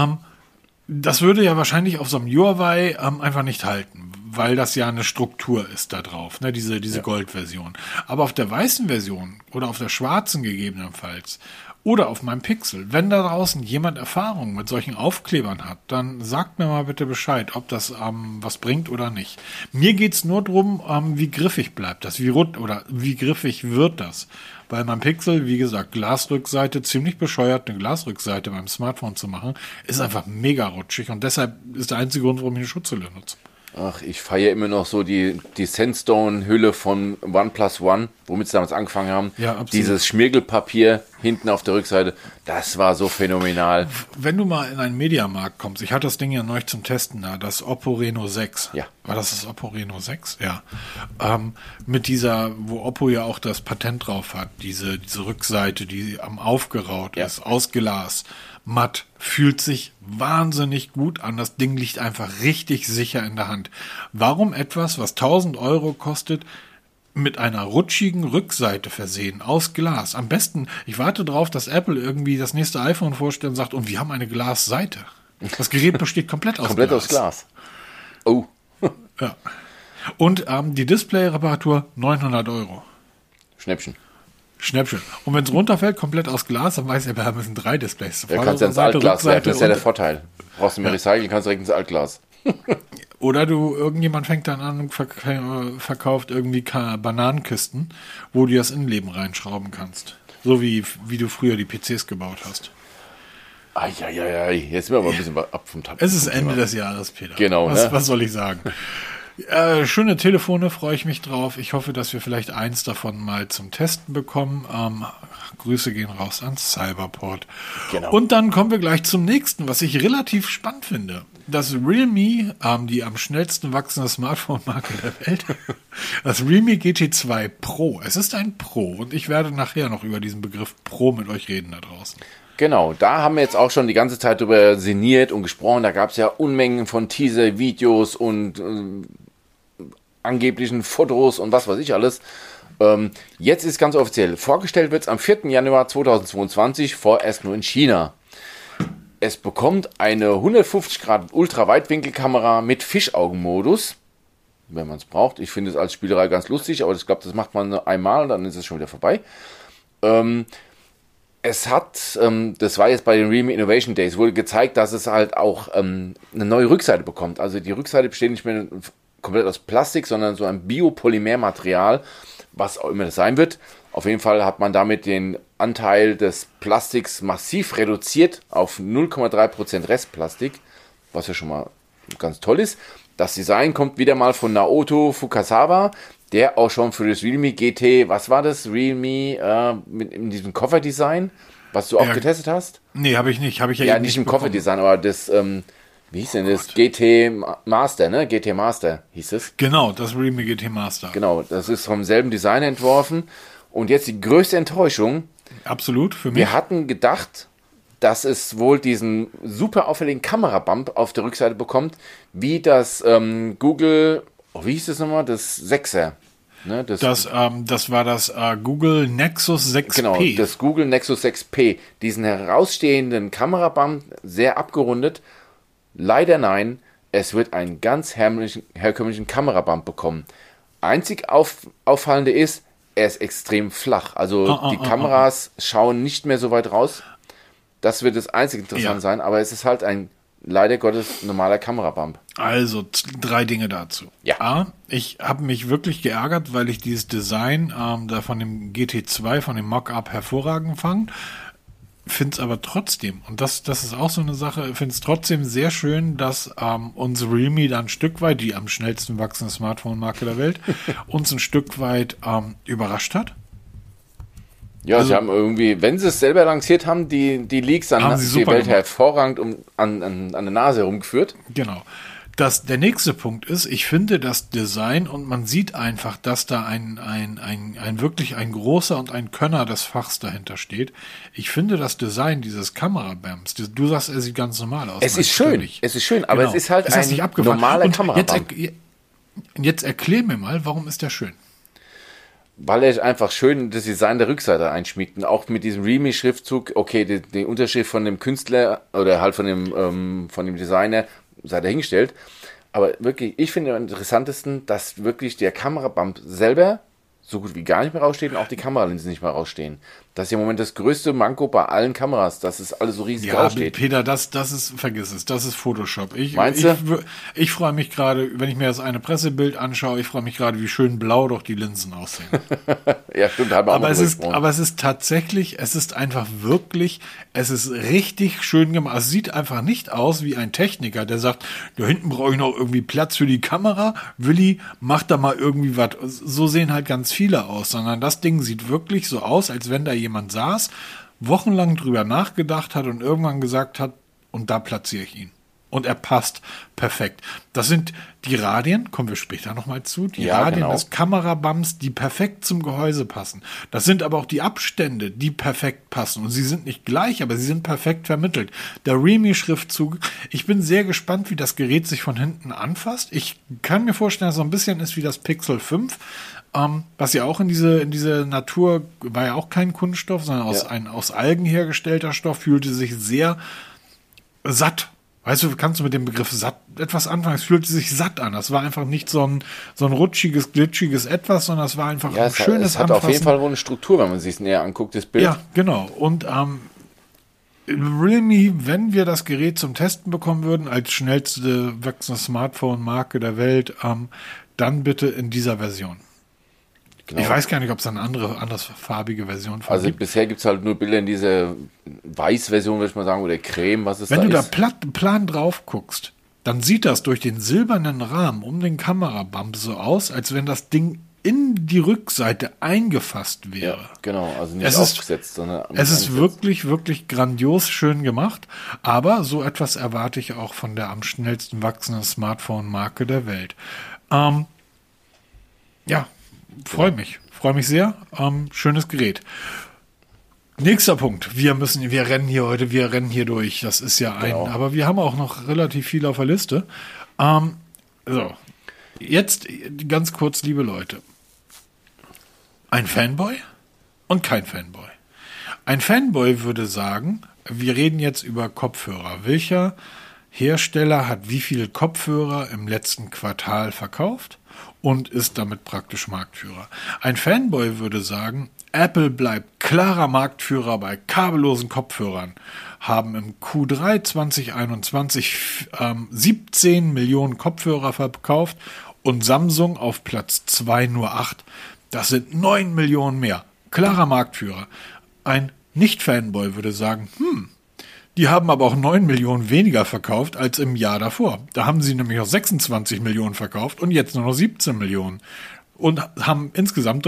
S1: das würde ja wahrscheinlich auf so einem Huawei einfach nicht halten, weil das ja eine Struktur ist da drauf, ne, diese Goldversion. Aber auf der weißen Version oder auf der schwarzen gegebenenfalls oder auf meinem Pixel, wenn da draußen jemand Erfahrung mit solchen Aufklebern hat, dann sagt mir mal bitte Bescheid, ob das was bringt oder nicht. Mir geht's nur drum, wie griffig bleibt das, wie griffig wird das. Weil mein Pixel, wie gesagt, Glasrückseite, ziemlich bescheuert, eine Glasrückseite beim Smartphone zu machen, ist einfach mega rutschig und deshalb ist der einzige Grund, warum ich eine Schutzhülle nutze.
S2: Ach, ich feiere immer noch so die Sandstone-Hülle von OnePlus One, womit sie damals angefangen haben.
S1: Ja, absolut.
S2: Dieses Schmirgelpapier hinten auf der Rückseite, das war so phänomenal.
S1: Wenn du mal in einen Mediamarkt kommst, ich hatte das Ding ja neulich zum Testen da, das Oppo Reno 6.
S2: Ja.
S1: War das Oppo Reno 6? Ja. Mit wo Oppo ja auch das Patent drauf hat, diese Rückseite, die aufgeraut ist, aus Glas. Matt, fühlt sich wahnsinnig gut an. Das Ding liegt einfach richtig sicher in der Hand. Warum etwas, was 1000 Euro kostet, mit einer rutschigen Rückseite versehen, aus Glas? Am besten, ich warte drauf, dass Apple irgendwie das nächste iPhone vorstellt und sagt, und wir haben eine Glasseite. Das Gerät besteht komplett aus
S2: Komplett
S1: Glas.
S2: aus Glas. Oh.
S1: Ja. Und die Display-Reparatur 900 Euro.
S2: Schnäppchen.
S1: Und wenn es runterfällt, komplett aus Glas, dann weiß er, wir müssen 3 Displays.
S2: Ja, kannst du ins Altglas werfen, das ist ja der Vorteil. Brauchst du mehr Recyceln, kannst du direkt ins Altglas.
S1: Oder irgendjemand fängt dann an und verkauft irgendwie Bananenkisten, wo du das Innenleben reinschrauben kannst. So wie du früher die PCs gebaut hast.
S2: Eieiei, jetzt sind wir aber ein bisschen ab vom Tab.
S1: Es ist Ende des Jahres, Peter.
S2: Genau,
S1: was soll ich sagen? Schöne Telefone, freue ich mich drauf. Ich hoffe, dass wir vielleicht eins davon mal zum Testen bekommen. Grüße gehen raus ans Cyberport.
S2: Genau.
S1: Und dann kommen wir gleich zum nächsten, was ich relativ spannend finde. Das Realme, die am schnellsten wachsende Smartphone-Marke der Welt, das Realme GT2 Pro. Es ist ein Pro und ich werde nachher noch über diesen Begriff Pro mit euch reden da draußen.
S2: Genau, da haben wir jetzt auch schon die ganze Zeit drüber sinniert und gesprochen. Da gab es ja Unmengen von Teaser-Videos und angeblichen Fotos und was weiß ich alles. Jetzt ist ganz offiziell. Vorgestellt wird es am 4. Januar 2022, vorerst nur in China. Es bekommt eine 150 Grad Ultraweitwinkelkamera mit Fischaugenmodus, wenn man es braucht. Ich finde es als Spielerei ganz lustig, aber ich glaube, das macht man einmal und dann ist es schon wieder vorbei. Es hat, das war jetzt bei den Realme Innovation Days, wurde gezeigt, dass es halt auch eine neue Rückseite bekommt. Also die Rückseite besteht nicht mehr komplett aus Plastik, sondern so ein Biopolymermaterial, was auch immer das sein wird. Auf jeden Fall hat man damit den Anteil des Plastiks massiv reduziert auf 0,3% Restplastik, was ja schon mal ganz toll ist. Das Design kommt wieder mal von Naoto Fukasawa, der auch schon für das Realme GT, was war das? Realme in diesem Kofferdesign, was du auch getestet hast?
S1: Nee, habe ich nicht.
S2: Ja, nicht im Kofferdesign, aber das, wie hieß denn das? GT Master, ne? GT Master hieß es.
S1: Genau, das Realme GT Master.
S2: Genau, das ist vom selben Design entworfen. Und jetzt die größte Enttäuschung.
S1: Absolut, für mich.
S2: Wir hatten gedacht, dass es wohl diesen super auffälligen Kamerabump auf der Rückseite bekommt, wie das Google, wie hieß das nochmal? Das 6er. Ne, das
S1: war das Google Nexus 6P.
S2: Genau, das Google Nexus 6P. Diesen herausstehenden Kamerabump, sehr abgerundet. Leider nein, es wird einen ganz herkömmlichen Kamerabump bekommen. Einzig auffallende ist, er ist extrem flach. Also die Kameras schauen nicht mehr so weit raus. Das wird das einzige interessant sein, aber es ist halt ein, leider Gottes, normaler Kamerabump.
S1: Also 3 Dinge dazu.
S2: Ja.
S1: A, ich habe mich wirklich geärgert, weil ich dieses Design da von dem GT2, von dem Mockup hervorragend fand. Finde es aber trotzdem, und das ist auch so eine Sache, finde es trotzdem sehr schön, dass uns Realme da ein Stück weit, die am schnellsten wachsende Smartphone-Marke der Welt, uns ein Stück weit überrascht hat.
S2: Ja, also, sie haben irgendwie, wenn sie es selber lanciert haben, die Leaks, dann haben sie die Welt hervorragend an der Nase herumgeführt.
S1: Genau. Der nächste Punkt ist, ich finde das Design, und man sieht einfach, dass da ein wirklich ein großer und ein Könner des Fachs dahinter steht. Ich finde das Design dieses Kamerabumps, du sagst, er sieht ganz normal aus.
S2: Es ist schön, aber es ist halt ein normaler Kamerabump.
S1: Jetzt erklär mir mal, warum ist der schön?
S2: Weil er einfach schön das Design der Rückseite einschmiegt und auch mit diesem Realme-Schriftzug, okay, die Unterschrift von dem Künstler oder halt von dem Designer sei dahingestellt, aber wirklich, ich finde am interessantesten, dass wirklich der Kamerabump selber so gut wie gar nicht mehr raussteht und auch die Kameralinsen nicht mehr rausstehen. Das ist ja im Moment das größte Manko bei allen Kameras, dass es alles so riesig raussteht.
S1: Peter, vergiss es, das ist Photoshop.
S2: Meinst du?
S1: Ich freue mich gerade, wenn ich mir das eine Pressebild anschaue, ich freue mich gerade, wie schön blau doch die Linsen aussehen.
S2: Ja, stimmt, haben wir auch
S1: aber es ist tatsächlich, es ist einfach wirklich, es ist richtig schön gemacht. Es sieht einfach nicht aus wie ein Techniker, der sagt, da hinten brauche ich noch irgendwie Platz für die Kamera. Willi, mach da mal irgendwie was. So sehen halt ganz viele aus, sondern das Ding sieht wirklich so aus, als wenn da jemand saß, wochenlang drüber nachgedacht hat und irgendwann gesagt hat, und da platziere ich ihn. Und er passt perfekt. Das sind die Radien, kommen wir später nochmal zu, die Radien des Kamerabumps, die perfekt zum Gehäuse passen. Das sind aber auch die Abstände, die perfekt passen. Und sie sind nicht gleich, aber sie sind perfekt vermittelt. Der Realme-Schriftzug, ich bin sehr gespannt, wie das Gerät sich von hinten anfasst. Ich kann mir vorstellen, dass es so ein bisschen ist wie das Pixel 5, was ja auch in diese Natur, war ja auch kein Kunststoff, sondern aus Algen hergestellter Stoff, fühlte sich sehr satt. Weißt du, kannst du mit dem Begriff satt etwas anfangen? Es fühlte sich satt an. Das war einfach nicht so ein rutschiges, glitschiges Etwas, sondern es war einfach ein schönes
S2: es hat Anfassen. Auf jeden Fall wohl eine Struktur, wenn man sich es näher anguckt, das Bild.
S1: Ja, genau. Und Realme, wenn wir das Gerät zum Testen bekommen würden, als schnellste wachsende Smartphone-Marke der Welt, dann bitte in dieser Version. Genau. Ich weiß gar nicht, ob es eine andersfarbige Version gibt.
S2: Also bisher gibt es halt nur Bilder in dieser Weiß-Version, würde ich mal sagen, oder Creme, was es da ist.
S1: Wenn du da plan drauf guckst, dann sieht das durch den silbernen Rahmen um den Kamerabump so aus, als wenn das Ding in die Rückseite eingefasst wäre.
S2: Ja, genau, also nicht aufgesetzt, sondern
S1: es ist wirklich, wirklich grandios schön gemacht, aber so etwas erwarte ich auch von der am schnellsten wachsenden Smartphone-Marke der Welt. Freue mich sehr. Schönes Gerät. Nächster Punkt. Wir rennen hier durch. Das ist ja
S2: Genau.
S1: aber wir haben auch noch relativ viel auf der Liste. So. Jetzt ganz kurz, liebe Leute. Ein Fanboy und kein Fanboy. Ein Fanboy würde sagen, wir reden jetzt über Kopfhörer. Welcher Hersteller hat wie viele Kopfhörer im letzten Quartal verkauft und ist damit praktisch Marktführer? Ein Fanboy würde sagen, Apple bleibt klarer Marktführer bei kabellosen Kopfhörern, haben im Q3 2021 17 Millionen Kopfhörer verkauft und Samsung auf Platz 2 nur 8. Das sind 9 Millionen mehr. Klarer Marktführer. Ein Nicht-Fanboy würde sagen, die haben aber auch 9 Millionen weniger verkauft als im Jahr davor. Da haben sie nämlich auch 26 Millionen verkauft und jetzt nur noch 17 Millionen. Und haben insgesamt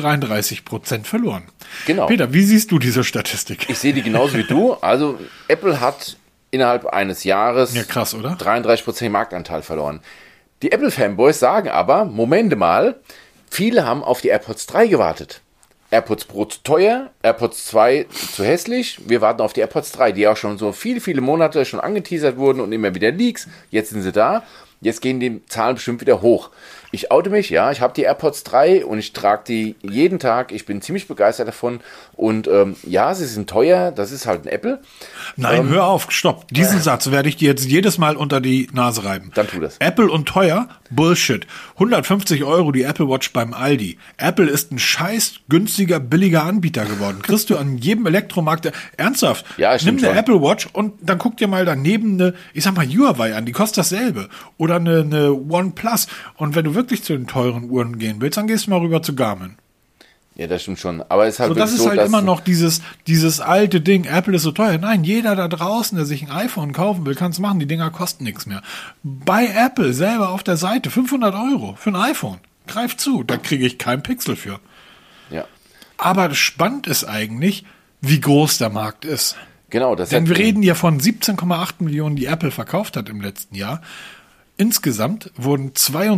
S1: 33% verloren.
S2: Genau.
S1: Peter, wie siehst du diese Statistik?
S2: Ich sehe die genauso wie du. Also Apple hat innerhalb eines Jahres
S1: Ja, krass, oder?
S2: 33% Marktanteil verloren. Die Apple-Fanboys sagen aber, Momente mal, viele haben auf die AirPods 3 gewartet. AirPods Pro zu teuer, AirPods 2 zu hässlich. Wir warten auf die AirPods 3, die auch schon so viele Monate schon angeteasert wurden und immer wieder Leaks. Jetzt sind sie da. Jetzt gehen die Zahlen bestimmt wieder hoch. Ich oute mich, ja, ich habe die AirPods 3 und ich trage die jeden Tag. Ich bin ziemlich begeistert davon. Und ja, sie sind teuer, das ist halt ein Apple.
S1: Nein, hör auf, stopp. Diesen Satz werde ich dir jetzt jedes Mal unter die Nase reiben.
S2: Dann tu das.
S1: Apple und teuer? Bullshit. 150 € die Apple Watch beim Aldi. Apple ist ein scheiß günstiger, billiger Anbieter geworden. Kriegst du an jedem Elektromarkt. Ernsthaft?
S2: Ja,
S1: nimm
S2: stimmt
S1: eine
S2: schon.
S1: Apple Watch und dann guck dir mal daneben eine, ich sag mal, Huawei an. Die kostet dasselbe. Oder eine OnePlus. Und wenn du wirklich zu den teuren Uhren gehen willst, dann gehst du mal rüber zu Garmin.
S2: Ja, das stimmt schon. Aber es ist halt
S1: So, das
S2: wirklich
S1: ist
S2: so,
S1: halt
S2: dass
S1: immer noch dieses alte Ding, Apple ist so teuer. Nein, jeder da draußen, der sich ein iPhone kaufen will, kann es machen. Die Dinger kosten nichts mehr. Bei Apple selber auf der Seite 500 € für ein iPhone. Greif zu, da kriege ich keinen Pixel für.
S2: ja.
S1: Aber spannend ist eigentlich, wie groß der Markt ist.
S2: Genau, das
S1: Denn
S2: hat-
S1: wir reden ja von 17,8 Millionen, die Apple verkauft hat im letzten Jahr. Insgesamt wurden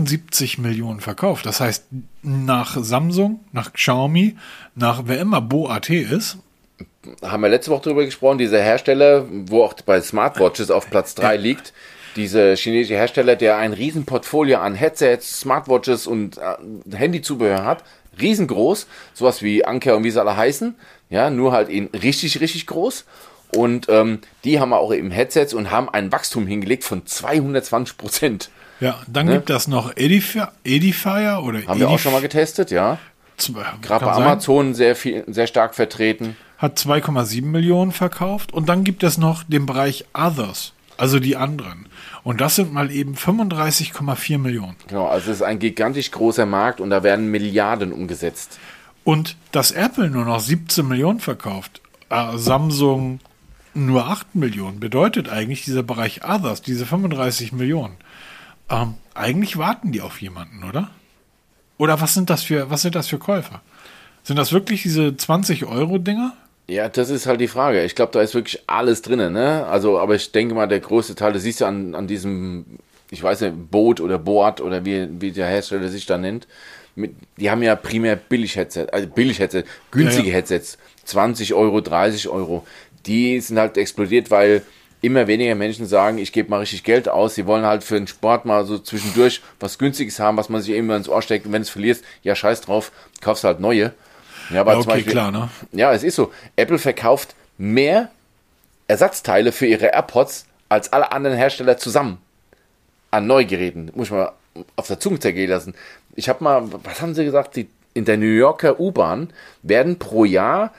S1: 72 Millionen verkauft. Das heißt, nach Samsung, nach Xiaomi, nach wer immer Boat ist,
S2: haben wir letzte Woche drüber gesprochen, dieser Hersteller, wo auch bei Smartwatches auf Platz 3 liegt, dieser chinesische Hersteller, der ein riesen Portfolio an Headsets, Smartwatches und Handyzubehör hat, riesengroß, sowas wie Anker und wie sie alle heißen, ja, nur halt in richtig groß. Und die haben auch eben Headsets und haben ein Wachstum hingelegt von 220%.
S1: ja, dann gibt das noch Edifier oder
S2: Haben wir auch schon mal getestet, ja. Gerade bei Amazon sehr stark vertreten.
S1: Hat 2,7 Millionen verkauft und dann gibt es noch den Bereich Others, also die anderen. Und das sind mal eben 35,4 Millionen.
S2: Genau, also es ist ein gigantisch großer Markt und da werden Milliarden umgesetzt.
S1: Und dass Apple nur noch 17 Millionen verkauft, Samsung nur 8 Millionen, bedeutet eigentlich dieser Bereich Others, diese 35 Millionen. Eigentlich warten die auf jemanden, oder? Oder was sind das für Käufer? Sind das wirklich diese 20-Euro-Dinger?
S2: Ja, das ist halt die Frage. Ich glaube, da ist wirklich alles drin, ne? Also, aber ich denke mal, der größte Teil, das siehst du an diesem, ich weiß nicht, Boat oder Boat oder wie der Hersteller sich da nennt. Die haben ja primär Billig-Headsets, günstige Headsets, 20 Euro, 30 Euro. Die sind halt explodiert, weil immer weniger Menschen sagen, ich gebe mal richtig Geld aus. Sie wollen halt für den Sport mal so zwischendurch was Günstiges haben, was man sich immer ins Ohr steckt. Und wenn du es verlierst, ja, scheiß drauf, kaufst halt neue. Ja, aber
S1: Ja, okay,
S2: zum Beispiel,
S1: klar, ne?
S2: Ja, es ist so. Apple verkauft mehr Ersatzteile für ihre AirPods als alle anderen Hersteller zusammen an Neugeräten. Muss ich mal auf der Zunge zergehen lassen. Ich habe mal, was haben sie gesagt? In der New Yorker U-Bahn werden pro Jahr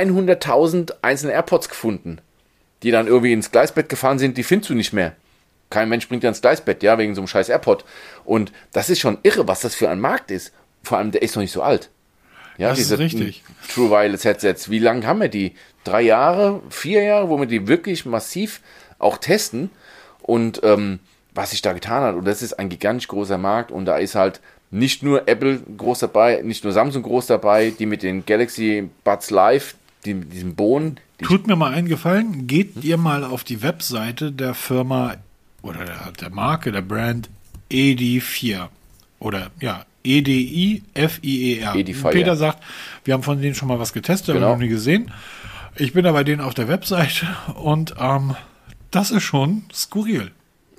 S2: 100.000 einzelne AirPods gefunden, die dann irgendwie ins Gleisbett gefahren sind, die findest du nicht mehr. Kein Mensch bringt ja ins Gleisbett, ja, wegen so einem scheiß AirPod. Und das ist schon irre, was das für ein Markt ist. Vor allem, der ist noch nicht so alt. Ja,
S1: Das ist richtig.
S2: True Wireless Headsets, wie lange haben wir die? 3 Jahre, 4 Jahre, wo wir die wirklich massiv auch testen und was sich da getan hat. Und das ist ein gigantisch großer Markt und da ist halt nicht nur Apple groß dabei, nicht nur Samsung groß dabei, die mit den Galaxy Buds Live, diesem Bohnen.
S1: Tut mir mal einen Gefallen, geht ihr mal auf die Webseite der Firma oder der Marke, der Brand ED4 oder ja, EDIFIER.
S2: Edifier.
S1: Peter sagt, wir haben von denen schon mal was getestet,
S2: Genau.
S1: haben wir noch nie gesehen. Ich bin da bei denen auf der Webseite und das ist schon skurril.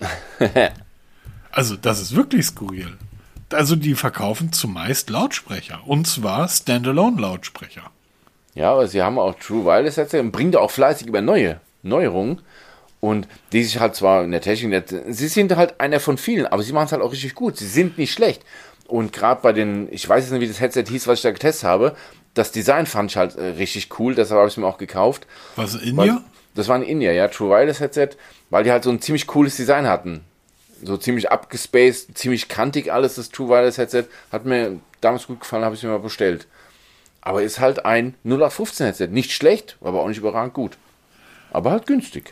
S1: Also das ist wirklich skurril. Also die verkaufen zumeist Lautsprecher und zwar Standalone-Lautsprecher.
S2: Ja, aber sie haben auch True Wireless Headset und bringen da auch fleißig über Neuerungen. Und die sich halt zwar in der Technik, sie sind halt einer von vielen, aber sie machen es halt auch richtig gut. Sie sind nicht schlecht. Und gerade bei den, ich weiß jetzt nicht, wie das Headset hieß, was ich da getestet habe, das Design fand ich halt richtig cool, deshalb habe ich es mir auch gekauft.
S1: Was, India?
S2: Das war ein India, ja, True Wireless Headset, weil die halt so ein ziemlich cooles Design hatten. So ziemlich abgespaced, ziemlich kantig alles, das True Wireless Headset. Hat mir damals gut gefallen, habe ich es mir mal bestellt. Aber ist halt ein 0815 Headset. Nicht schlecht, aber auch nicht überragend gut. Aber halt günstig.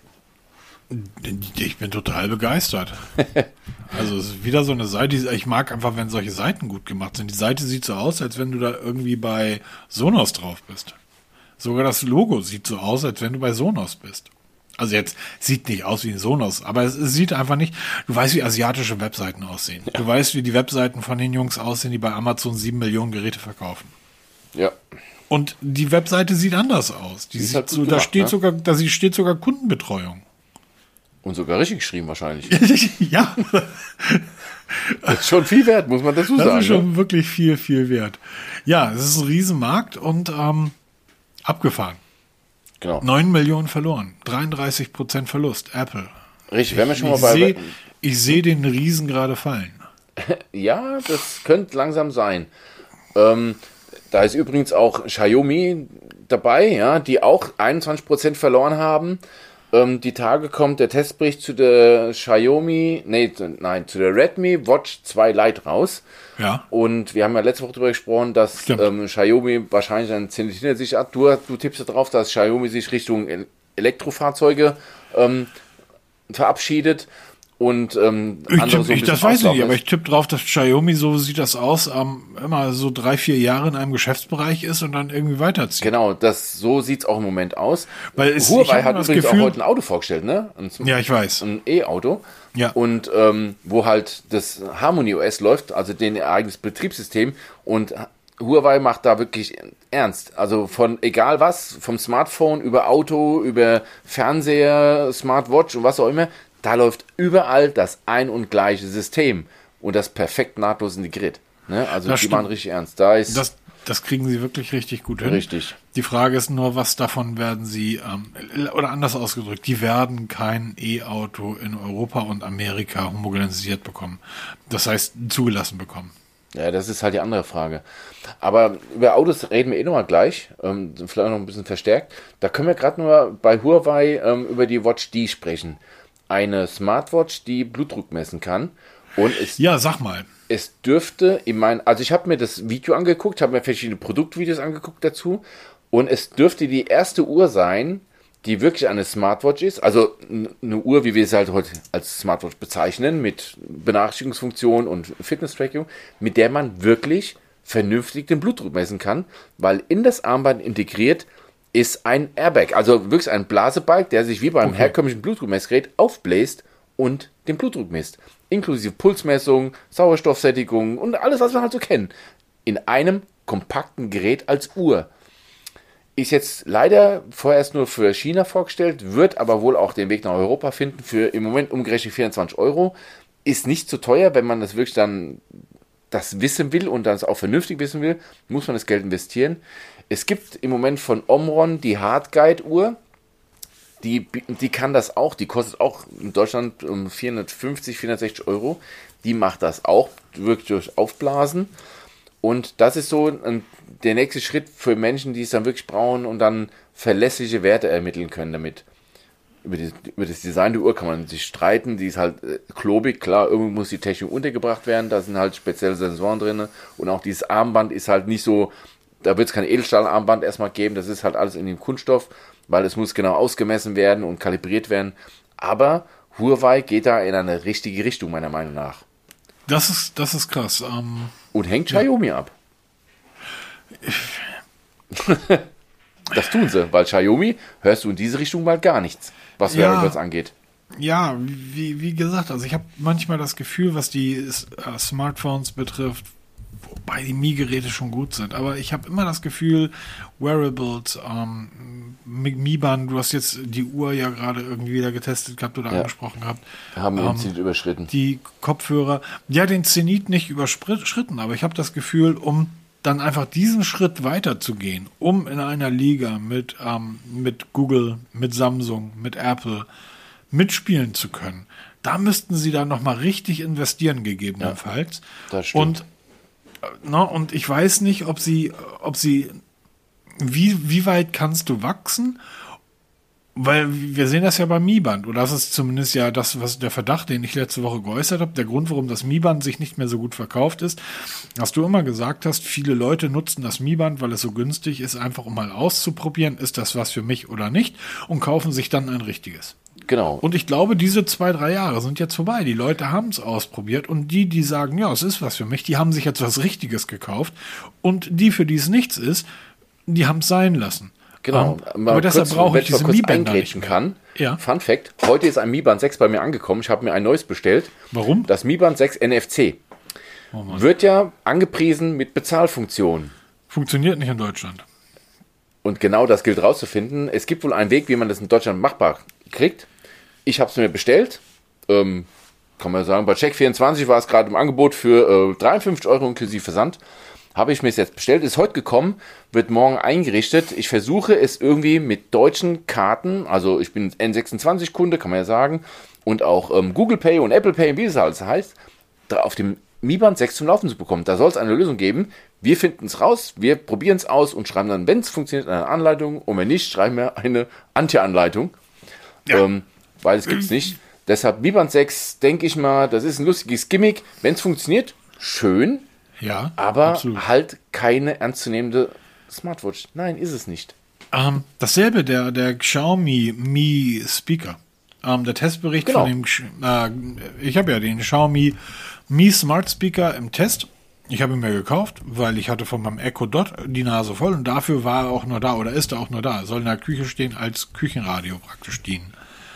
S1: Ich bin total begeistert. Also es ist wieder so eine Seite, ich mag einfach, wenn solche Seiten gut gemacht sind. Die Seite sieht so aus, als wenn du da irgendwie bei Sonos drauf bist. Sogar das Logo sieht so aus, als wenn du bei Sonos bist. Also jetzt sieht nicht aus wie ein Sonos, aber es sieht einfach nicht, du weißt, wie asiatische Webseiten aussehen. Ja. Du weißt, wie die Webseiten von den Jungs aussehen, die bei Amazon 7 Millionen Geräte verkaufen.
S2: Ja.
S1: Und die Webseite sieht anders aus. Die sieht halt so, gemacht, da steht sogar Kundenbetreuung.
S2: Und sogar richtig geschrieben wahrscheinlich.
S1: Ja.
S2: Das ist schon viel wert, muss man dazu sagen.
S1: Das ist schon wirklich viel, viel wert. Ja, es ist ein Riesenmarkt und abgefahren.
S2: Genau.
S1: 9 Millionen verloren. 33% Verlust. Apple.
S2: Richtig, wenn wir schon mal bei...
S1: Ich sehe den Riesen gerade fallen.
S2: Ja, das könnte langsam sein. Da ist übrigens auch Xiaomi dabei, ja, die auch 21% verloren haben. Die Tage kommt der Testbericht zu der zu der Redmi Watch 2 Lite raus.
S1: Ja.
S2: Und wir haben ja letzte Woche darüber gesprochen, dass Xiaomi wahrscheinlich dann ziemlich hinter sich hat. Du tippst darauf, dass Xiaomi sich Richtung Elektrofahrzeuge verabschiedet. Und andere so ein
S1: das weiß ich nicht, aber ich tippe drauf, dass Xiaomi, so sieht das aus, immer so 3-4 Jahre in einem Geschäftsbereich ist und dann irgendwie weiterzieht.
S2: Genau, so sieht es auch im Moment aus.
S1: Weil
S2: Huawei hat übrigens auch heute ein Auto vorgestellt, ne?
S1: Ja, ich weiß.
S2: Ein E-Auto.
S1: Ja.
S2: Und wo halt das Harmony OS läuft, also den eigenes Betriebssystem. Und Huawei macht da wirklich ernst. Also von egal was, vom Smartphone über Auto, über Fernseher, Smartwatch und was auch immer, da läuft überall das ein und gleiche System und das perfekt nahtlos integriert. Ne? Also die machen richtig ernst.
S1: Das kriegen sie wirklich richtig gut hin.
S2: Richtig.
S1: Die Frage ist nur, was davon werden sie, oder anders ausgedrückt, die werden kein E-Auto in Europa und Amerika homogenisiert bekommen. Das heißt, zugelassen bekommen.
S2: Ja, das ist halt die andere Frage. Aber über Autos reden wir nochmal gleich, vielleicht noch ein bisschen verstärkt. Da können wir gerade nur bei Huawei über die Watch D sprechen. Eine Smartwatch, die Blutdruck messen kann. Und
S1: ja, sag mal.
S2: Es dürfte, also ich habe mir das Video angeguckt, habe mir verschiedene Produktvideos angeguckt dazu. Und es dürfte die erste Uhr sein, die wirklich eine Smartwatch ist. Also eine Uhr, wie wir es halt heute als Smartwatch bezeichnen, mit Benachrichtigungsfunktion und Fitness-Tracking, mit der man wirklich vernünftig den Blutdruck messen kann, weil in das Armband integriert ist ein Airbag, also wirklich ein Blasebalg, der sich wie beim herkömmlichen Blutdruckmessgerät aufbläst und den Blutdruck misst. Inklusive Pulsmessung, Sauerstoffsättigung und alles, was wir halt so kennen. In einem kompakten Gerät als Uhr. Ist jetzt leider vorerst nur für China vorgestellt, wird aber wohl auch den Weg nach Europa finden für im Moment umgerechnet 24 €. Ist nicht zu teuer, wenn man das wirklich dann das wissen will und das auch vernünftig wissen will, muss man das Geld investieren. Es gibt im Moment von Omron die Hardguide-Uhr, die kann das auch, die kostet auch in Deutschland um 450, 460 €. Die macht das auch, wirklich durch Aufblasen. Und das ist so der nächste Schritt für Menschen, die es dann wirklich brauchen und dann verlässliche Werte ermitteln können damit. Über das Design der Uhr kann man sich streiten, die ist halt klobig, klar, irgendwo muss die Technik untergebracht werden, da sind halt spezielle Sensoren drin und auch dieses Armband ist halt nicht so, da wird es kein Edelstahlarmband erstmal geben, das ist halt alles in dem Kunststoff, weil es muss genau ausgemessen werden und kalibriert werden, aber Huawei geht da in eine richtige Richtung, meiner Meinung nach.
S1: Das ist krass.
S2: Und hängt Xiaomi ab. Das tun sie, weil Xiaomi hörst du in diese Richtung mal gar nichts, was Wearables angeht.
S1: Ja, wie gesagt, also ich habe manchmal das Gefühl, was die Smartphones betrifft, Wobei die Mi-Geräte schon gut sind. Aber ich habe immer das Gefühl, Wearables, Mi-Band, du hast jetzt die Uhr ja gerade irgendwie wieder getestet gehabt oder angesprochen gehabt.
S2: Haben den Zenit überschritten.
S1: Die Kopfhörer, ja, den Zenit nicht überschritten, aber ich habe das Gefühl, um dann einfach diesen Schritt weiterzugehen, um in einer Liga mit Google, mit Samsung, mit Apple mitspielen zu können, da müssten sie dann nochmal richtig investieren, gegebenenfalls.
S2: Ja, das stimmt.
S1: Und ich weiß nicht, ob sie, wie weit kannst du wachsen? Weil wir sehen das ja beim Mi-Band, oder das ist zumindest ja das, was der Verdacht, den ich letzte Woche geäußert habe, der Grund, warum das Mi-Band sich nicht mehr so gut verkauft ist, dass du immer gesagt hast, viele Leute nutzen das Mi-Band, weil es so günstig ist, einfach um mal auszuprobieren, ist das was für mich oder nicht, und kaufen sich dann ein richtiges.
S2: Genau.
S1: Und ich glaube, diese 2-3 Jahre sind jetzt vorbei. Die Leute haben es ausprobiert und die sagen, ja, es ist was für mich, die haben sich jetzt was Richtiges gekauft, und die, für die es nichts ist, die haben es sein lassen.
S2: Genau,
S1: aber deshalb brauche ich diese Mi-Bänder nicht mehr.
S2: Kann. Ja. Fun Fact, heute ist ein Mi Band 6 bei mir angekommen. Ich habe mir ein neues bestellt.
S1: Warum?
S2: Das Mi Band 6 NFC. Wird ja angepriesen mit Bezahlfunktion.
S1: Funktioniert nicht in Deutschland.
S2: Und genau das gilt rauszufinden. Es gibt wohl einen Weg, wie man das in Deutschland machbar kriegt. Ich habe es mir bestellt. Kann man sagen, bei Check24 war es gerade im Angebot für 53 € inklusive Versand. Habe ich mir es jetzt bestellt, ist heute gekommen, wird morgen eingerichtet. Ich versuche es irgendwie mit deutschen Karten, also ich bin N26-Kunde, kann man ja sagen, und auch Google Pay und Apple Pay, wie es alles heißt, da auf dem Mi Band 6 zum Laufen zu bekommen. Da soll es eine Lösung geben. Wir finden es raus, wir probieren es aus und schreiben dann, wenn es funktioniert, eine Anleitung, und wenn nicht, schreiben wir eine Anti-Anleitung, weil es gibt es nicht. Deshalb Mi Band 6, denke ich mal, das ist ein lustiges Gimmick. Wenn es funktioniert, schön.
S1: Ja,
S2: aber
S1: absolut.
S2: Halt keine ernstzunehmende Smartwatch. Nein, ist es nicht.
S1: Dasselbe, der Xiaomi Mi Speaker. Der Testbericht von dem, ich habe ja den Xiaomi Mi Smart Speaker im Test. Ich habe ihn mir gekauft, weil ich hatte von meinem Echo Dot die Nase voll, und dafür war er auch nur da, oder ist er auch nur da. Er soll in der Küche stehen, als Küchenradio praktisch dienen.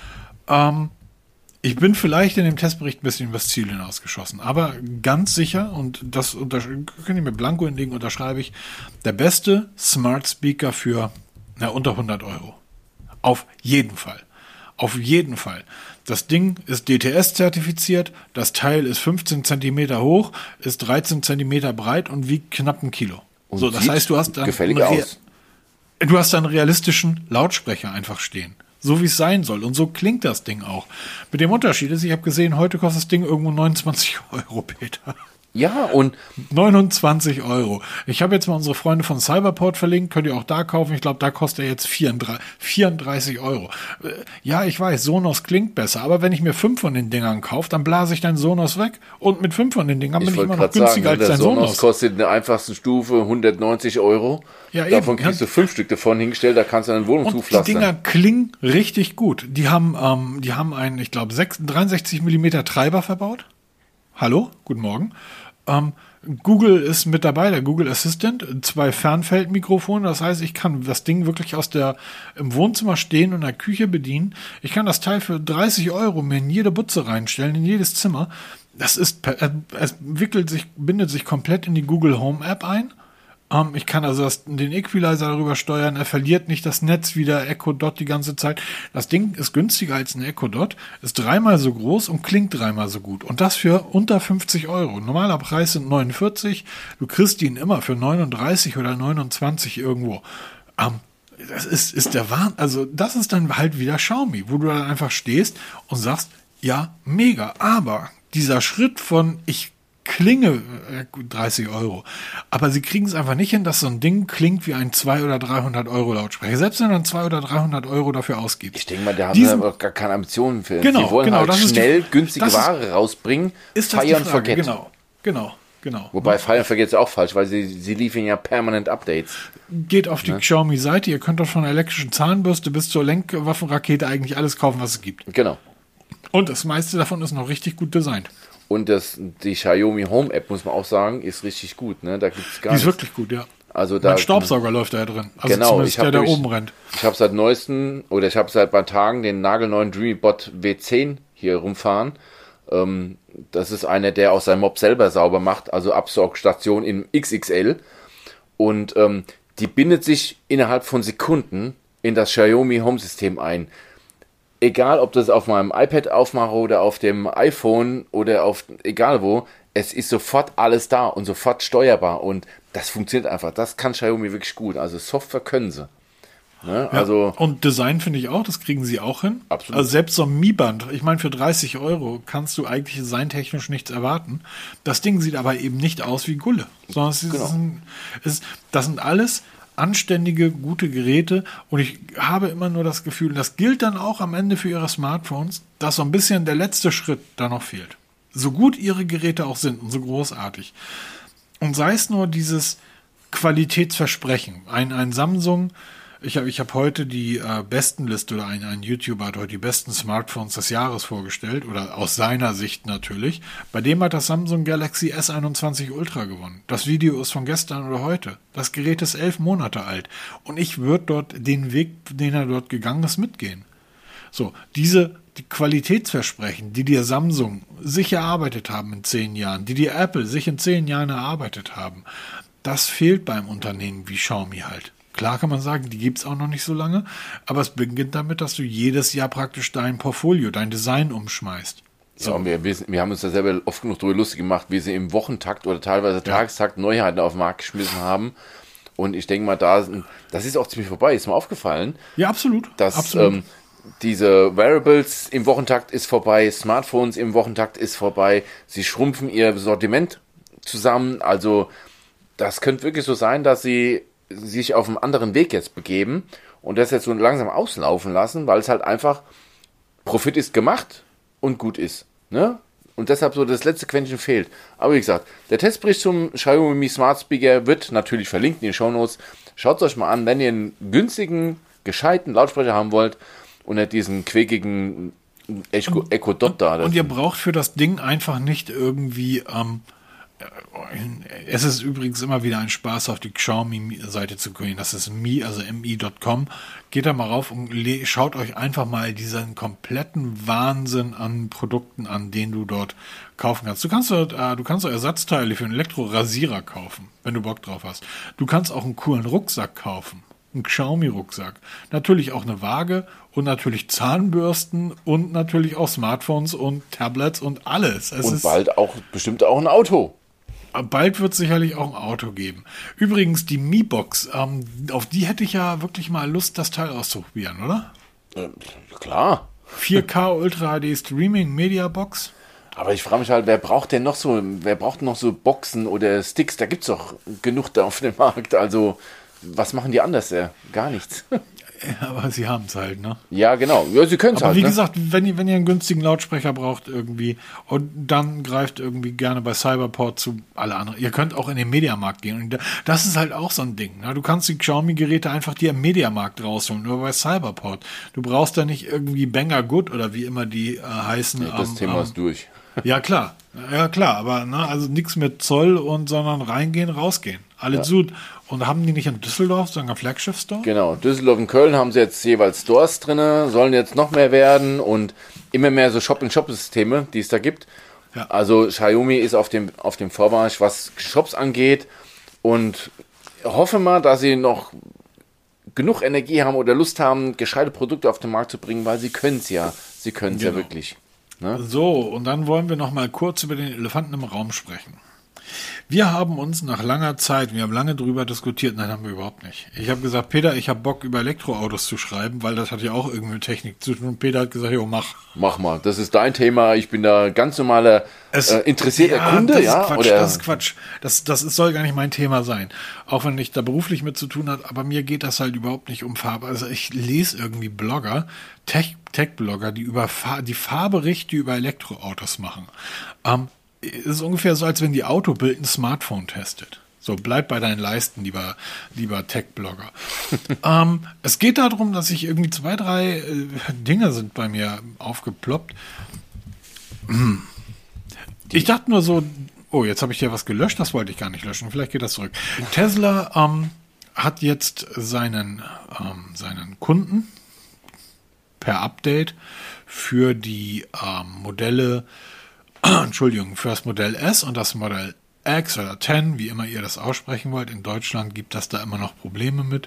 S1: Ich bin vielleicht in dem Testbericht ein bisschen übers Ziel hinausgeschossen, aber ganz sicher, und das können die mir blanko hinlegen, unterschreibe ich, der beste Smart Speaker für unter 100 €. Auf jeden Fall. Auf jeden Fall. Das Ding ist DTS-zertifiziert, das Teil ist 15 Zentimeter hoch, ist 13 Zentimeter breit und wiegt knapp 1 Kilo.
S2: Und
S1: so, das heißt, du hast dann einen realistischen Lautsprecher einfach stehen. So wie es sein soll. Und so klingt das Ding auch. Mit dem Unterschied ist, ich habe gesehen, heute kostet das Ding irgendwo 29 €, Peter.
S2: Ja, und
S1: 29 €. Ich habe jetzt mal unsere Freunde von Cyberport verlinkt, könnt ihr auch da kaufen. Ich glaube, da kostet er jetzt 34 €. Ja, ich weiß, Sonos klingt besser, aber wenn ich mir 5 von den Dingern kaufe, dann blase ich deinen Sonos weg, und mit 5 von den Dingern bin ich immer noch günstiger als dein Sonos.
S2: Sonos kostet in der einfachsten Stufe 190 €.
S1: Ja,
S2: davon kriegst du 5 Stück davon hingestellt, da kannst du deine Wohnung zupflastern.
S1: Die Dinger klingen richtig gut. Die haben einen, ich glaube, 63 mm Treiber verbaut. Hallo, guten Morgen. Google ist mit dabei, der Google Assistant, 2 Fernfeldmikrofone, das heißt, ich kann das Ding wirklich im Wohnzimmer stehen und in der Küche bedienen. Ich kann das Teil für 30 € mir in jede Butze reinstellen, in jedes Zimmer. Es bindet sich komplett in die Google Home App ein. Ich kann also den Equalizer darüber steuern, er verliert nicht das Netz wie der Echo Dot die ganze Zeit. Das Ding ist günstiger als ein Echo Dot, ist 3-mal so groß und klingt 3-mal so gut. Und das für unter 50 €. Normaler Preis sind 49, du kriegst ihn immer für 39 oder 29 irgendwo. Das ist der Wahnsinn. Also das ist dann halt wieder Xiaomi, wo du dann einfach stehst und sagst, ja, mega, aber dieser Schritt von ich klinge 30 €. Aber sie kriegen es einfach nicht hin, dass so ein Ding klingt wie ein 200 oder 300 € Lautsprecher. Selbst wenn man 200 oder 300 € dafür ausgibt.
S2: Ich denke mal, da haben aber gar keine Ambitionen für.
S1: Genau,
S2: sie wollen halt schnell günstige Ware rausbringen.
S1: Ist das
S2: Fire and forget.
S1: Genau.
S2: Wobei Fire and forget ist auch falsch, weil sie liefern ja permanent Updates.
S1: Geht auf die Xiaomi-Seite. Ihr könnt dort von der elektrischen Zahnbürste bis zur Lenkwaffenrakete eigentlich alles kaufen, was es gibt.
S2: Genau.
S1: Und das meiste davon ist noch richtig gut designt.
S2: Und die Xiaomi Home App, muss man auch sagen, ist richtig gut. Ne? Da gibt's gar
S1: nichts. Die ist wirklich gut, ja.
S2: Also
S1: mein Staubsauger läuft da ja drin. Also
S2: genau,
S1: der oben rennt.
S2: Ich habe seit ein paar Tagen den nagelneuen DreamyBot W10 hier rumfahren. Das ist einer, der auch sein Mob selber sauber macht, also Absaugstation in XXL. Und die bindet sich innerhalb von Sekunden in das Xiaomi Home-System ein. Egal, ob das auf meinem iPad aufmache oder auf dem iPhone oder auf egal wo, es ist sofort alles da und sofort steuerbar und das funktioniert einfach. Das kann Xiaomi wirklich gut. Also Software können sie. Ne?
S1: Ja,
S2: also
S1: und Design finde ich auch, das kriegen sie auch hin.
S2: Absolut.
S1: Also selbst so ein Mi-Band, ich meine, für 30 Euro kannst du eigentlich designtechnisch nichts erwarten. Das Ding sieht aber eben nicht aus wie Gulle, sondern das sind alles anständige, gute Geräte und ich habe immer nur das Gefühl, das gilt dann auch am Ende für ihre Smartphones, dass so ein bisschen der letzte Schritt da noch fehlt. So gut ihre Geräte auch sind und so großartig. Und sei es nur dieses Qualitätsversprechen. Ein Samsung, ich hab heute die Bestenliste oder ein YouTuber hat heute die besten Smartphones des Jahres vorgestellt oder aus seiner Sicht natürlich. Bei dem hat das Samsung Galaxy S21 Ultra gewonnen. Das Video ist von gestern oder heute. Das Gerät ist 11 Monate alt. Und ich würde dort den Weg, den er dort gegangen ist, mitgehen. So, die Qualitätsversprechen, die dir Samsung sich erarbeitet haben in 10 Jahren, die dir Apple sich in 10 Jahren erarbeitet haben, das fehlt beim Unternehmen wie Xiaomi halt. Klar kann man sagen, die gibt es auch noch nicht so lange, aber es beginnt damit, dass du jedes Jahr praktisch dein Portfolio, dein Design umschmeißt.
S2: So. Ja, wir haben uns da selber oft genug darüber lustig gemacht, wie sie im Wochentakt oder teilweise Tagestakt Neuheiten auf den Markt geschmissen haben. Und ich denke mal, das ist auch ziemlich vorbei, ist mir aufgefallen.
S1: Ja, absolut.
S2: Absolut. Diese Wearables im Wochentakt ist vorbei, Smartphones im Wochentakt ist vorbei, sie schrumpfen ihr Sortiment zusammen. Also das könnte wirklich so sein, dass sie sich auf einen anderen Weg jetzt begeben und das jetzt so langsam auslaufen lassen, weil es halt einfach Profit ist gemacht und gut ist. Ne? Und deshalb so das letzte Quäntchen fehlt. Aber wie gesagt, der Testbericht zum Xiaomi Smart Speaker wird natürlich verlinkt in den Shownotes. Schaut es euch mal an, wenn ihr einen günstigen, gescheiten Lautsprecher haben wollt und nicht diesen quäkigen Echo Dot da.
S1: Und ihr braucht für das Ding einfach nicht irgendwie es ist übrigens immer wieder ein Spaß, auf die Xiaomi-Seite zu gehen. Das ist mi.com. Geht da mal rauf und schaut euch einfach mal diesen kompletten Wahnsinn an Produkten an, den du dort kaufen kannst. Du kannst dort Ersatzteile für einen Elektrorasierer kaufen, wenn du Bock drauf hast. Du kannst auch einen coolen Rucksack kaufen. Ein Xiaomi-Rucksack. Natürlich auch eine Waage und natürlich Zahnbürsten und natürlich auch Smartphones und Tablets und alles.
S2: Und bald auch bestimmt auch ein Auto.
S1: Bald wird es sicherlich auch ein Auto geben. Übrigens, die Mi Box, auf die hätte ich ja wirklich mal Lust, das Teil auszuprobieren, oder?
S2: Klar.
S1: 4K Ultra HD Streaming Media Box.
S2: Aber ich frage mich halt, wer braucht noch so Boxen oder Sticks? Da gibt es doch genug da auf dem Markt. Also, was machen die anders? Gar nichts.
S1: Ja, aber sie haben es halt, ne?
S2: Ja, genau. Ja, sie können es halt.
S1: Aber wie gesagt, wenn ihr einen günstigen Lautsprecher braucht irgendwie und dann greift irgendwie gerne bei Cyberport zu alle anderen. Ihr könnt auch in den Mediamarkt gehen. Und das ist halt auch so ein Ding. Ne? Du kannst die Xiaomi-Geräte einfach dir im Mediamarkt rausholen, nur bei Cyberport. Du brauchst da nicht irgendwie Bangor Good oder wie immer die heißen.
S2: Ja, das Thema ist durch.
S1: Ja, klar. Ja, klar. Aber also nichts mit Zoll sondern reingehen, rausgehen. Alles gut. Und haben die nicht in Düsseldorf so einen Flagship-Store?
S2: Genau, Düsseldorf und Köln haben sie jetzt jeweils Stores drin, sollen jetzt noch mehr werden und immer mehr so Shop-in-Shop-Systeme, die es da gibt. Ja. Also Xiaomi ist auf dem Vormarsch, was Shops angeht und hoffe mal, dass sie noch genug Energie haben oder Lust haben, gescheite Produkte auf den Markt zu bringen, weil sie können es ja. Sie können es ja wirklich. Ne?
S1: So, und dann wollen wir noch mal kurz über den Elefanten im Raum sprechen. Wir haben uns nach langer Zeit, wir haben lange drüber diskutiert, nein, haben wir überhaupt nicht. Ich habe gesagt, Peter, ich habe Bock, über Elektroautos zu schreiben, weil das hat ja auch irgendwie mit Technik zu tun. Und Peter hat gesagt, jo, mach.
S2: Mach mal, das ist dein Thema, ich bin da ganz normaler interessierter Kunde.
S1: Das ist Quatsch, das ist Quatsch. Das soll gar nicht mein Thema sein. Auch wenn ich da beruflich mit zu tun habe, aber mir geht das halt überhaupt nicht um Farbe. Also ich lese irgendwie Blogger, Tech-Blogger, die die Fahrberichte über Elektroautos machen. Es ist ungefähr so, als wenn die Autobild ein Smartphone testet. So, bleib bei deinen Leisten, lieber Tech-Blogger. Es geht darum, dass ich irgendwie 2, 3 Dinge sind bei mir aufgeploppt. Ich dachte nur so, oh, jetzt habe ich hier was gelöscht, das wollte ich gar nicht löschen, vielleicht geht das zurück. Tesla hat jetzt seinen Kunden per Update für die Modelle Entschuldigung, für das Modell S und das Modell X oder 10, wie immer ihr das aussprechen wollt. In Deutschland gibt es da immer noch Probleme mit.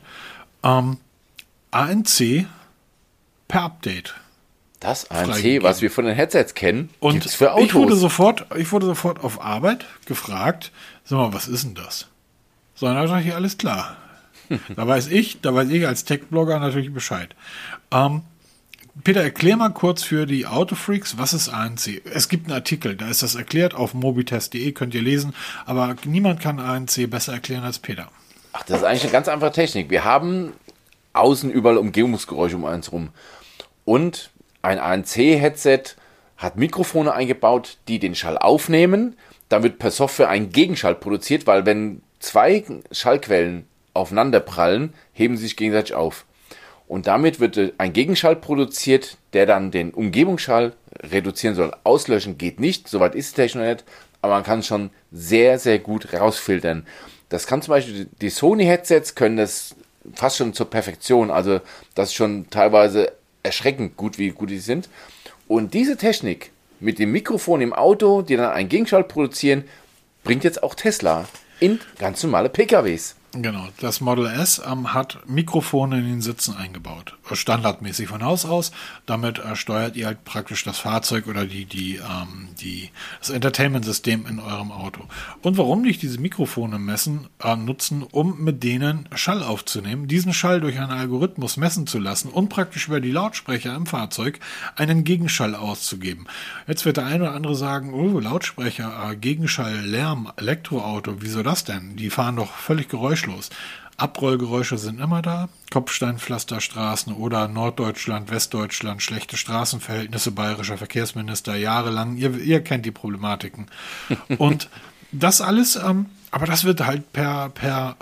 S1: ANC per Update.
S2: Das ANC, was wir von den Headsets kennen,
S1: und
S2: gibt's für Autos.
S1: Ich wurde sofort auf Arbeit gefragt, sag mal, was ist denn das? So, dann sage ich, alles klar. Da weiß ich als Tech-Blogger natürlich Bescheid. Peter, erklär mal kurz für die Autofreaks, was ist ANC? Es gibt einen Artikel, da ist das erklärt, auf mobitest.de könnt ihr lesen, aber niemand kann ANC besser erklären als Peter.
S2: Ach, das ist eigentlich eine ganz einfache Technik. Wir haben außen überall Umgebungsgeräusche um uns rum. Und ein ANC-Headset hat Mikrofone eingebaut, die den Schall aufnehmen. Dann wird per Software ein Gegenschall produziert, weil wenn zwei Schallquellen aufeinander prallen, heben sie sich gegenseitig auf. Und damit wird ein Gegenschall produziert, der dann den Umgebungsschall reduzieren soll. Auslöschen geht nicht, soweit ist die Technik nicht, aber man kann es schon sehr, sehr gut rausfiltern. Das kann zum Beispiel, die Sony-Headsets können das fast schon zur Perfektion, also das ist schon teilweise erschreckend gut, wie gut die sind. Und diese Technik mit dem Mikrofon im Auto, die dann einen Gegenschall produzieren, bringt jetzt auch Tesla in ganz normale PKWs.
S1: Genau, das Model S hat Mikrofone in den Sitzen eingebaut. Standardmäßig von Haus aus. Damit steuert ihr halt praktisch das Fahrzeug oder das Entertainment-System in eurem Auto. Und warum nicht diese Mikrofone nutzen, um mit denen Schall aufzunehmen, diesen Schall durch einen Algorithmus messen zu lassen und praktisch über die Lautsprecher im Fahrzeug einen Gegenschall auszugeben. Jetzt wird der eine oder andere sagen, oh, Lautsprecher, Gegenschall, Lärm, Elektroauto, wieso das denn? Die fahren doch völlig geräuschlos. Abrollgeräusche sind immer da. Kopfsteinpflasterstraßen oder Norddeutschland, Westdeutschland, schlechte Straßenverhältnisse, bayerischer Verkehrsminister, jahrelang. Ihr kennt die Problematiken. Und das alles, aber das wird halt per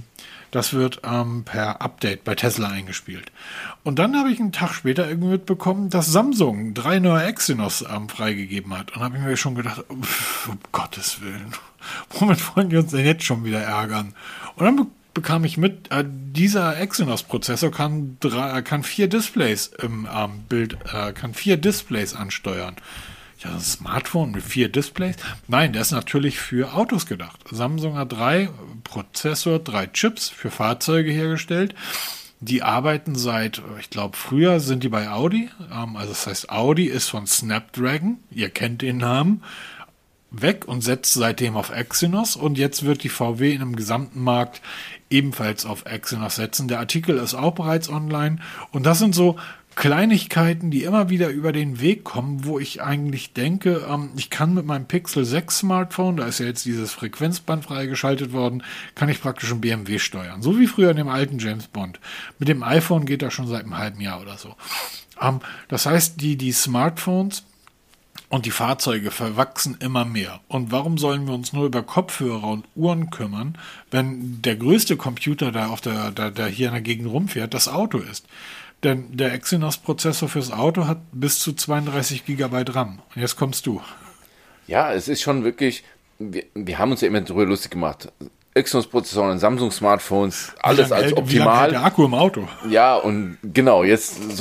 S1: Update bei Tesla eingespielt. Und dann habe ich einen Tag später irgendwie mitbekommen, dass Samsung 3 neue Exynos freigegeben hat. Und habe ich mir schon gedacht, um Gottes Willen, womit wollen die uns denn jetzt schon wieder ärgern? Und dann bekam ich mit, dieser Exynos-Prozessor kann 4 Displays im Bild, kann 4 Displays ansteuern. Ja, ein Smartphone mit 4 Displays? Nein, der ist natürlich für Autos gedacht. Samsung hat 3 Prozessor, 3 Chips für Fahrzeuge hergestellt. Die arbeiten ich glaube, früher sind die bei Audi. Also das heißt, Audi ist von Snapdragon, ihr kennt den Namen, weg und setzt seitdem auf Exynos. Und jetzt wird die VW in einem gesamten Markt ebenfalls auf Exynos setzen. Der Artikel ist auch bereits online. Und das sind so Kleinigkeiten, die immer wieder über den Weg kommen, wo ich eigentlich denke, ich kann mit meinem Pixel 6 Smartphone, da ist ja jetzt dieses Frequenzband freigeschaltet worden, kann ich praktisch einen BMW steuern. So wie früher in dem alten James Bond. Mit dem iPhone geht das schon seit einem halben Jahr oder so. Das heißt, die Smartphones und die Fahrzeuge verwachsen immer mehr. Und warum sollen wir uns nur über Kopfhörer und Uhren kümmern, wenn der größte Computer, der hier in der Gegend rumfährt, das Auto ist? Denn der Exynos-Prozessor fürs Auto hat bis zu 32 GB RAM. Und jetzt kommst du.
S2: Ja, es ist schon wirklich, wir haben uns ja immer darüber lustig gemacht. Exynos-Prozessoren, Samsung-Smartphones, alles als optimal. Wie lange hält der Akku im Auto? Ja, und genau, jetzt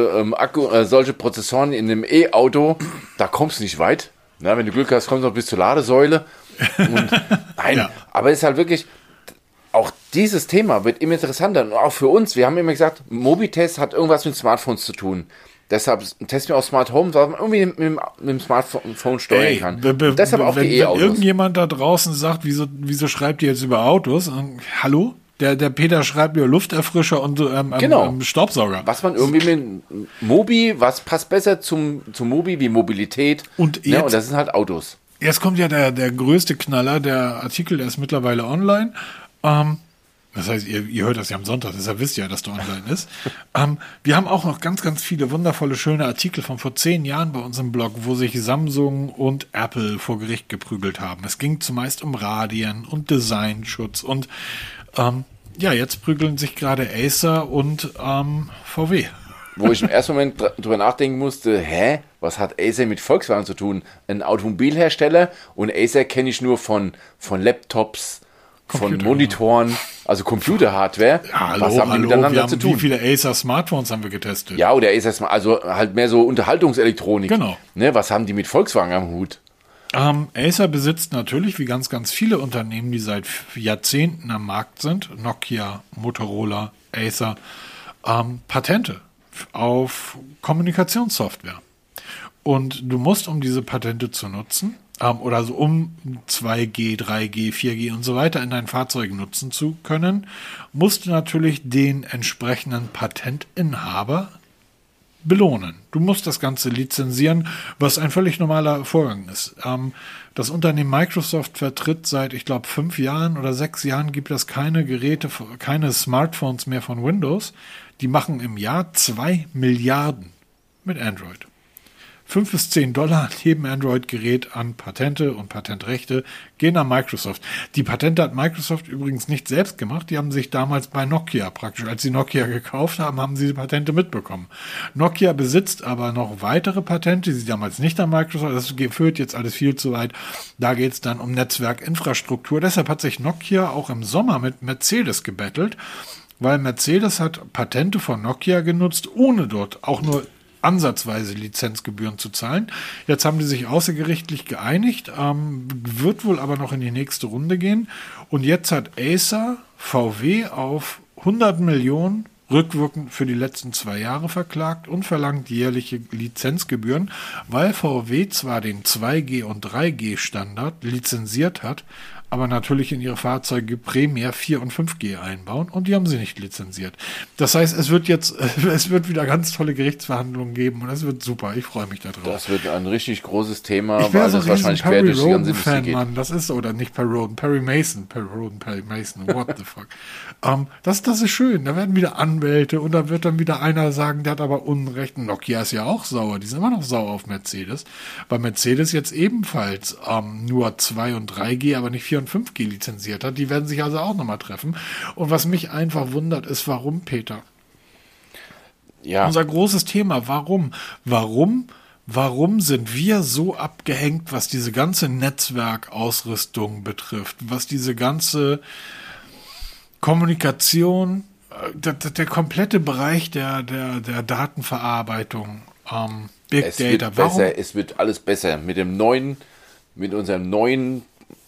S2: solche Prozessoren in einem E-Auto, da kommst du nicht weit. Na, wenn du Glück hast, kommst du noch bis zur Ladesäule. Und, nein, ja. Aber es ist halt wirklich, auch dieses Thema wird immer interessanter. Und auch für uns, wir haben immer gesagt, Mobitest hat irgendwas mit Smartphones zu tun. Deshalb testen wir auch Smart Home, weil man irgendwie mit dem Smartphone steuern kann. Deshalb auch die E-Autos.
S1: Wenn irgendjemand da draußen sagt, wieso schreibt ihr jetzt über Autos? Hallo? Der Peter schreibt über Lufterfrischer und Staubsauger.
S2: Was man irgendwie mit Mobi, was passt besser zum Mobi wie Mobilität? Und das sind halt Autos.
S1: Jetzt kommt ja der größte Knaller, der Artikel, der ist mittlerweile online. Das heißt, ihr hört das ja am Sonntag, deshalb wisst ihr ja, dass der online ist. Wir haben auch noch ganz, ganz viele wundervolle, schöne Artikel von vor 10 Jahren bei uns im Blog, wo sich Samsung und Apple vor Gericht geprügelt haben. Es ging zumeist um Radien und Designschutz und jetzt prügeln sich gerade Acer und VW.
S2: Wo ich im ersten Moment drüber nachdenken musste, was hat Acer mit Volkswagen zu tun? Ein Automobilhersteller, und Acer kenne ich nur von Laptops, von Monitoren, also Computerhardware.
S1: Was haben die miteinander zu tun? Wie viele Acer-Smartphones haben wir getestet?
S2: Ja, oder Acer, also halt mehr so Unterhaltungselektronik.
S1: Genau.
S2: Ne, was haben die mit Volkswagen am Hut?
S1: Acer besitzt natürlich, wie ganz, ganz viele Unternehmen, die seit Jahrzehnten am Markt sind, Nokia, Motorola, Acer, Patente auf Kommunikationssoftware. Und du musst, um diese Patente zu nutzen, oder so um 2G, 3G, 4G und so weiter in deinen Fahrzeugen nutzen zu können, musst du natürlich den entsprechenden Patentinhaber belohnen. Du musst das Ganze lizenzieren, was ein völlig normaler Vorgang ist. Das Unternehmen Microsoft vertritt seit, ich glaube, 5 Jahren oder 6 Jahren gibt es keine Geräte, keine Smartphones mehr von Windows. Die machen im Jahr 2 Milliarden mit Android. 5 bis $10 an jedem Android-Gerät an Patente und Patentrechte gehen an Microsoft. Die Patente hat Microsoft übrigens nicht selbst gemacht. Die haben sich damals bei Nokia praktisch, als sie Nokia gekauft haben, haben sie die Patente mitbekommen. Nokia besitzt aber noch weitere Patente, die sie damals nicht an Microsoft, das führt jetzt alles viel zu weit. Da geht es dann um Netzwerkinfrastruktur. Deshalb hat sich Nokia auch im Sommer mit Mercedes gebettelt, weil Mercedes hat Patente von Nokia genutzt, ohne dort auch nur ansatzweise Lizenzgebühren zu zahlen. Jetzt haben die sich außergerichtlich geeinigt, wird wohl aber noch in die nächste Runde gehen. Und jetzt hat Acer VW auf 100 Millionen rückwirkend für die letzten 2 Jahre verklagt und verlangt jährliche Lizenzgebühren, weil VW zwar den 2G- und 3G-Standard lizenziert hat, aber natürlich in ihre Fahrzeuge primär 4 und 5G einbauen und die haben sie nicht lizenziert. Das heißt, es wird wieder ganz tolle Gerichtsverhandlungen geben und es wird super. Ich freue mich darauf.
S2: Das wird ein richtig großes Thema,
S1: ich weil
S2: das
S1: so
S2: wahrscheinlich quer durch die ganze Industrie geht.
S1: Mann. Das ist, oder nicht Perry Mason, what the fuck. Das ist schön. Da werden wieder Anwälte und da wird dann wieder einer sagen, der hat aber Unrecht. Nokia ist ja auch sauer. Die sind immer noch sauer auf Mercedes, weil Mercedes jetzt ebenfalls nur 2 und 3G, aber nicht 4 und 5G lizenziert hat. Die werden sich also auch nochmal treffen. Und was mich einfach wundert, ist, warum, Peter? Ja. Unser großes Thema, warum? Warum sind wir so abgehängt, was diese ganze Netzwerkausrüstung betrifft, was diese ganze Kommunikation, der komplette Bereich der Datenverarbeitung, Big Data.
S2: Es wird alles besser. Mit unserem neuen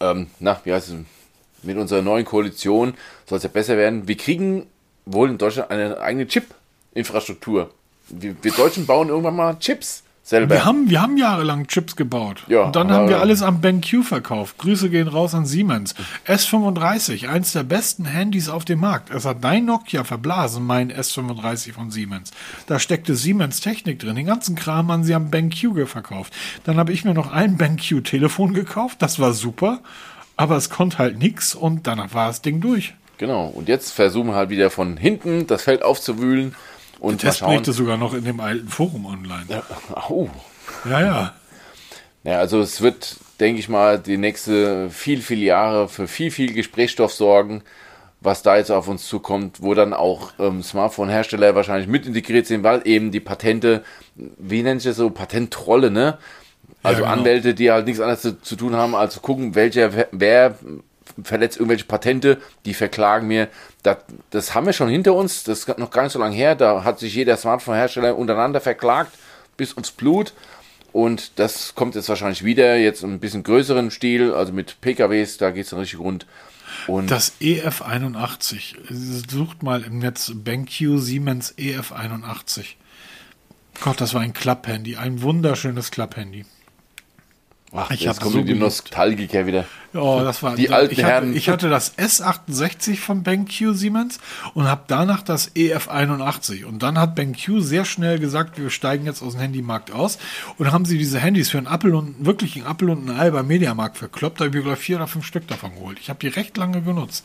S2: mit unserer neuen Koalition soll es ja besser werden. Wir kriegen wohl in Deutschland eine eigene Chip-Infrastruktur. Wir Deutschen bauen irgendwann mal Chips selber.
S1: Wir haben jahrelang Chips gebaut.
S2: Ja,
S1: und dann haben wir alles am BenQ verkauft. Grüße gehen raus an Siemens. S35, eins der besten Handys auf dem Markt. Es hat dein Nokia verblasen, mein S35 von Siemens. Da steckte Siemens Technik drin. Den ganzen Kram haben sie am BenQ verkauft. Dann habe ich mir noch ein BenQ-Telefon gekauft. Das war super. Aber es konnte halt nichts und danach war das Ding durch.
S2: Genau. Und jetzt versuchen wir halt wieder von hinten das Feld aufzuwühlen. Und
S1: der Test berichtet sogar noch in dem alten Forum online.
S2: Ja. Oh.
S1: Ja.
S2: Ja, also es wird, denke ich mal, die nächste viel Jahre für viel Gesprächsstoff sorgen, was da jetzt auf uns zukommt, wo dann auch Smartphone-Hersteller wahrscheinlich mit integriert sind, weil eben die Patente, wie nennt sich das so, Patenttrolle, ne? Also ja, genau. Anwälte, die halt nichts anderes zu tun haben, als zu gucken, wer verletzt irgendwelche Patente, die verklagen mir. Das haben wir schon hinter uns, das ist noch gar nicht so lange her, da hat sich jeder Smartphone-Hersteller untereinander verklagt, bis aufs Blut. Und das kommt jetzt wahrscheinlich wieder, jetzt ein bisschen größeren Stil, also mit PKWs, da geht es dann richtig rund. Und
S1: das EF81, sucht mal im Netz BenQ Siemens EF81. Gott, das war ein Klapphandy, ein wunderschönes Klapphandy.
S2: Ach, jetzt kommen die Nostalgiker wieder.
S1: Ja, das war
S2: die alten Herren.
S1: Ich hatte das S68 von BenQ Siemens und habe danach das EF81. Und dann hat BenQ sehr schnell gesagt, wir steigen jetzt aus dem Handymarkt aus. Und haben sie diese Handys für einen Apfel und ein Ei beim Mediamarkt verkloppt. Da habe ich mir gleich 4 oder 5 Stück davon geholt. Ich habe die recht lange genutzt.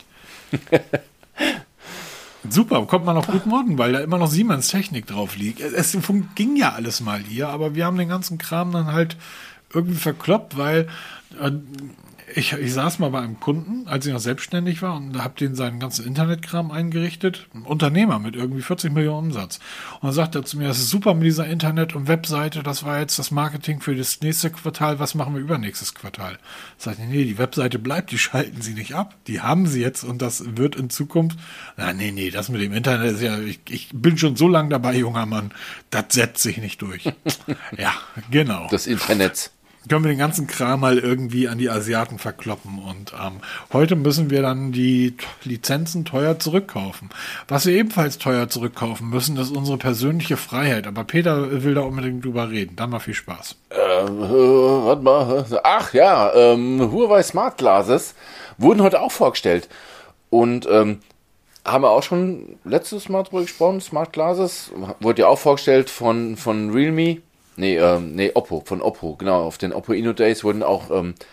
S1: Super, kommt man auch gut morgen, weil da immer noch Siemens Technik drauf liegt. Es ging ja alles mal hier, aber wir haben den ganzen Kram dann halt irgendwie verkloppt, weil ich saß mal bei einem Kunden, als ich noch selbstständig war und habe den seinen ganzen Internetkram eingerichtet. Ein Unternehmer mit irgendwie 40 Millionen Umsatz. Und dann sagt er zu mir, das ist super mit dieser Internet- und Webseite, das war jetzt das Marketing für das nächste Quartal, was machen wir übernächstes Quartal? Sagt er, nee, die Webseite bleibt, die schalten sie nicht ab. Die haben sie jetzt und das wird in Zukunft, nee, das mit dem Internet ist ja, ich bin schon so lange dabei, junger Mann, das setzt sich nicht durch. Ja, genau.
S2: Das Internet.
S1: können wir den ganzen Kram mal irgendwie an die Asiaten verkloppen. Und heute müssen wir dann die Lizenzen teuer zurückkaufen. Was wir ebenfalls teuer zurückkaufen müssen, ist unsere persönliche Freiheit. Aber Peter will da unbedingt drüber reden. Dann mal viel Spaß.
S2: Warte mal. Ach ja, Huawei Smart Glasses wurden heute auch vorgestellt. Und haben wir auch schon letztes Mal drüber gesprochen, Smart Glasses. Wurde ja auch vorgestellt von Realme. Oppo, von Oppo, genau. Auf den Oppo Inno Days wurden auch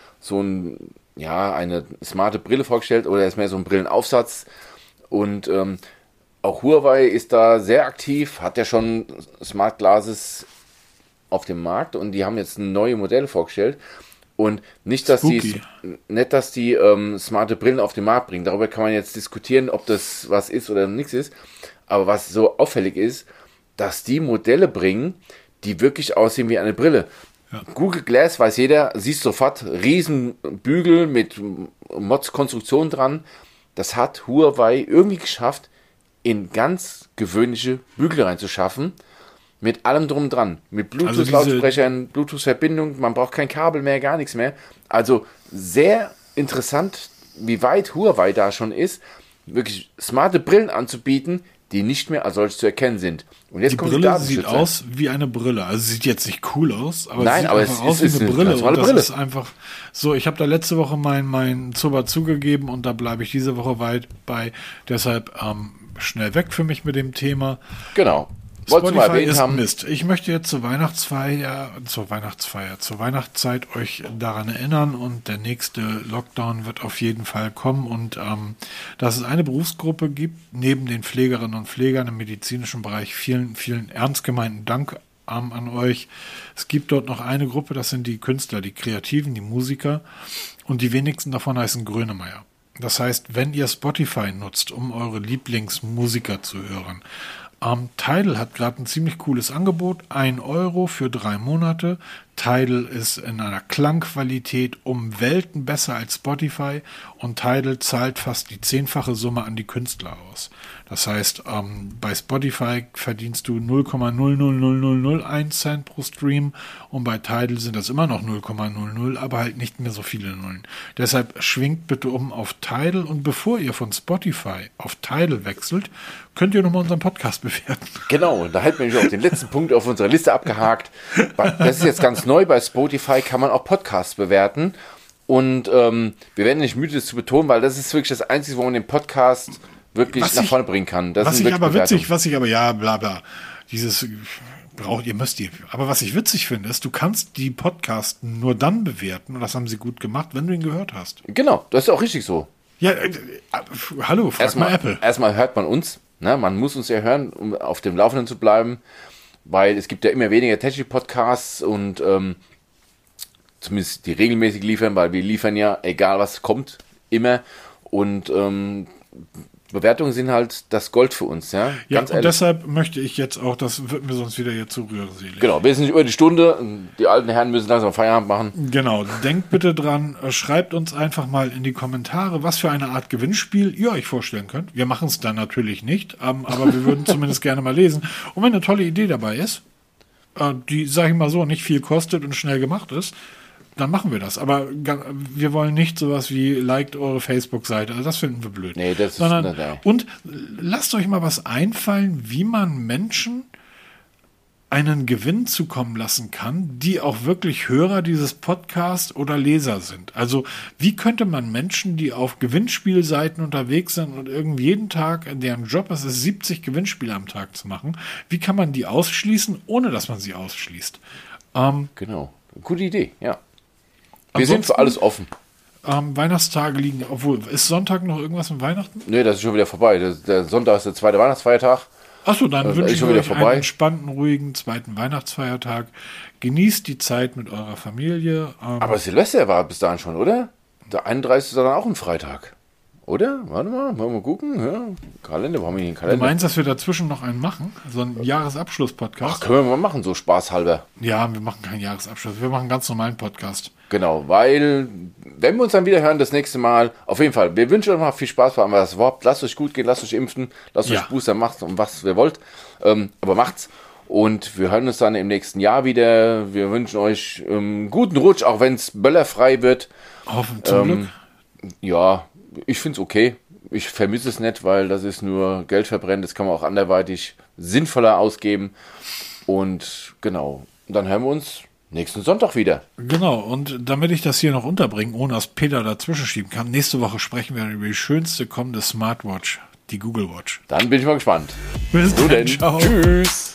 S2: eine smarte Brille vorgestellt oder ist mehr so ein Brillenaufsatz. Und auch Huawei ist da sehr aktiv, hat ja schon Smart Glasses auf dem Markt und die haben jetzt neue Modelle vorgestellt. Und nicht, dass die smarte Brillen auf den Markt bringen. Darüber kann man jetzt diskutieren, ob das was ist oder nichts ist. Aber was so auffällig ist, dass die Modelle bringen, die wirklich aussehen wie eine Brille. Ja. Google Glass, weiß jeder, siehst sofort, Riesenbügel mit Mods-Konstruktion dran. Das hat Huawei irgendwie geschafft, in ganz gewöhnliche Bügel reinzuschaffen. Mit allem drum dran. Mit Bluetooth-Lautsprechern, Bluetooth-Verbindung, man braucht kein Kabel mehr, gar nichts mehr. Also sehr interessant, wie weit Huawei da schon ist, wirklich smarte Brillen anzubieten, die nicht mehr als solche zu erkennen sind. Und jetzt
S1: die
S2: kommt
S1: Brille sieht aus wie eine Brille. Also sieht jetzt nicht cool aus, aber
S2: nein,
S1: es sieht einfach aus wie eine Brille. Und das ist einfach so, ich habe da letzte Woche mein Zubber zugegeben und da bleibe ich diese Woche weit bei. Deshalb schnell weg für mich mit dem Thema.
S2: Genau.
S1: Spotify ist Mist. Ich möchte jetzt zur Weihnachtszeit euch daran erinnern und der nächste Lockdown wird auf jeden Fall kommen und dass es eine Berufsgruppe gibt, neben den Pflegerinnen und Pflegern im medizinischen Bereich, vielen, vielen ernst gemeinten Dank an euch. Es gibt dort noch eine Gruppe, das sind die Künstler, die Kreativen, die Musiker und die wenigsten davon heißen Grönemeyer. Das heißt, wenn ihr Spotify nutzt, um eure Lieblingsmusiker zu hören, Tidal hat gerade ein ziemlich cooles Angebot, 1 Euro für 3 Monate. Tidal ist in einer Klangqualität um Welten besser als Spotify und Tidal zahlt fast die 10-fache Summe an die Künstler aus. Das heißt, bei Spotify verdienst du 0,00001 Cent pro Stream und bei Tidal sind das immer noch 0,00, aber halt nicht mehr so viele Nullen. Deshalb schwingt bitte um auf Tidal und bevor ihr von Spotify auf Tidal wechselt, könnt ihr nochmal unseren Podcast bewerten.
S2: Genau, da hätten wir nämlich auch den letzten Punkt auf unserer Liste abgehakt. Das ist jetzt ganz neu, bei Spotify kann man auch Podcasts bewerten und wir werden nicht müde, das zu betonen, weil das ist wirklich das Einzige, wo man den Podcast wirklich nach vorne bringen kann. Das
S1: was ich aber was ich witzig finde, ist, du kannst die Podcasts nur dann bewerten, und das haben sie gut gemacht, wenn du ihn gehört hast.
S2: Genau, das ist auch richtig so.
S1: Ja, hallo, frag mal Apple.
S2: Erstmal hört man uns, ne? Man muss uns ja hören, um auf dem Laufenden zu bleiben, weil es gibt ja immer weniger Technik-Podcasts und zumindest die regelmäßig liefern, weil wir liefern ja, egal was kommt, immer und Bewertungen sind halt das Gold für uns, ja.
S1: Ja, ganz ehrlich. Deshalb möchte ich jetzt auch, das wird mir sonst wieder hier zu rührselig.
S2: Genau, wir sind nicht über die Stunde, die alten Herren müssen langsam Feierabend machen.
S1: Genau, denkt bitte dran, schreibt uns einfach mal in die Kommentare, was für eine Art Gewinnspiel ihr euch vorstellen könnt. Wir machen es dann natürlich nicht, aber wir würden zumindest gerne mal lesen. Und wenn eine tolle Idee dabei ist, die, sag ich mal so, nicht viel kostet und schnell gemacht ist, dann machen wir das. Aber wir wollen nicht sowas wie liked eure Facebook-Seite. Also das finden wir blöd.
S2: Nee, das
S1: sondern,
S2: ist
S1: und lasst euch mal was einfallen, wie man Menschen einen Gewinn zukommen lassen kann, die auch wirklich Hörer dieses Podcasts oder Leser sind. Also wie könnte man Menschen, die auf Gewinnspielseiten unterwegs sind und irgendwie jeden Tag, deren Job es ist, 70 Gewinnspiele am Tag zu machen, wie kann man die ausschließen, ohne dass man sie ausschließt?
S2: Genau. Gute Idee, ja. Wir sind für alles offen.
S1: Weihnachtstage liegen, obwohl, ist Sonntag noch irgendwas mit Weihnachten?
S2: Nee, das ist schon wieder vorbei. Der Sonntag ist der zweite Weihnachtsfeiertag.
S1: Achso, dann wünsche ich euch einen entspannten, ruhigen zweiten Weihnachtsfeiertag. Genießt die Zeit mit eurer Familie.
S2: Aber Silvester war bis dahin schon, oder? Der 31. ist dann auch ein Freitag. Oder? Warte mal, wollen wir gucken? Ja, Kalender, wo haben wir hier einen Kalender?
S1: Du meinst, dass wir dazwischen noch einen machen? So einen Jahresabschluss-Podcast?
S2: Ach, können wir mal machen, so spaßhalber.
S1: Ja, wir machen keinen Jahresabschluss. Wir machen einen ganz normalen Podcast.
S2: Genau, weil, wenn wir uns dann wieder hören, das nächste Mal, auf jeden Fall, wir wünschen euch mal viel Spaß, vor allem lasst euch gut gehen, lasst euch impfen, lasst euch Booster, macht und was ihr wollt, aber macht's. Und wir hören uns dann im nächsten Jahr wieder. Wir wünschen euch guten Rutsch, auch wenn es böllerfrei wird.
S1: Hoffen zum Glück.
S2: Ja, ich finde es okay. Ich vermisse es nicht, weil das ist nur Geld verbrennen. Das kann man auch anderweitig sinnvoller ausgeben. Und genau, dann hören wir uns nächsten Sonntag wieder.
S1: Genau, und damit ich das hier noch unterbringe, ohne dass Peter dazwischen schieben kann, nächste Woche sprechen wir über die schönste kommende Smartwatch, die Google Watch.
S2: Dann bin ich mal gespannt.
S1: Bis dann, ciao.
S2: Tschüss.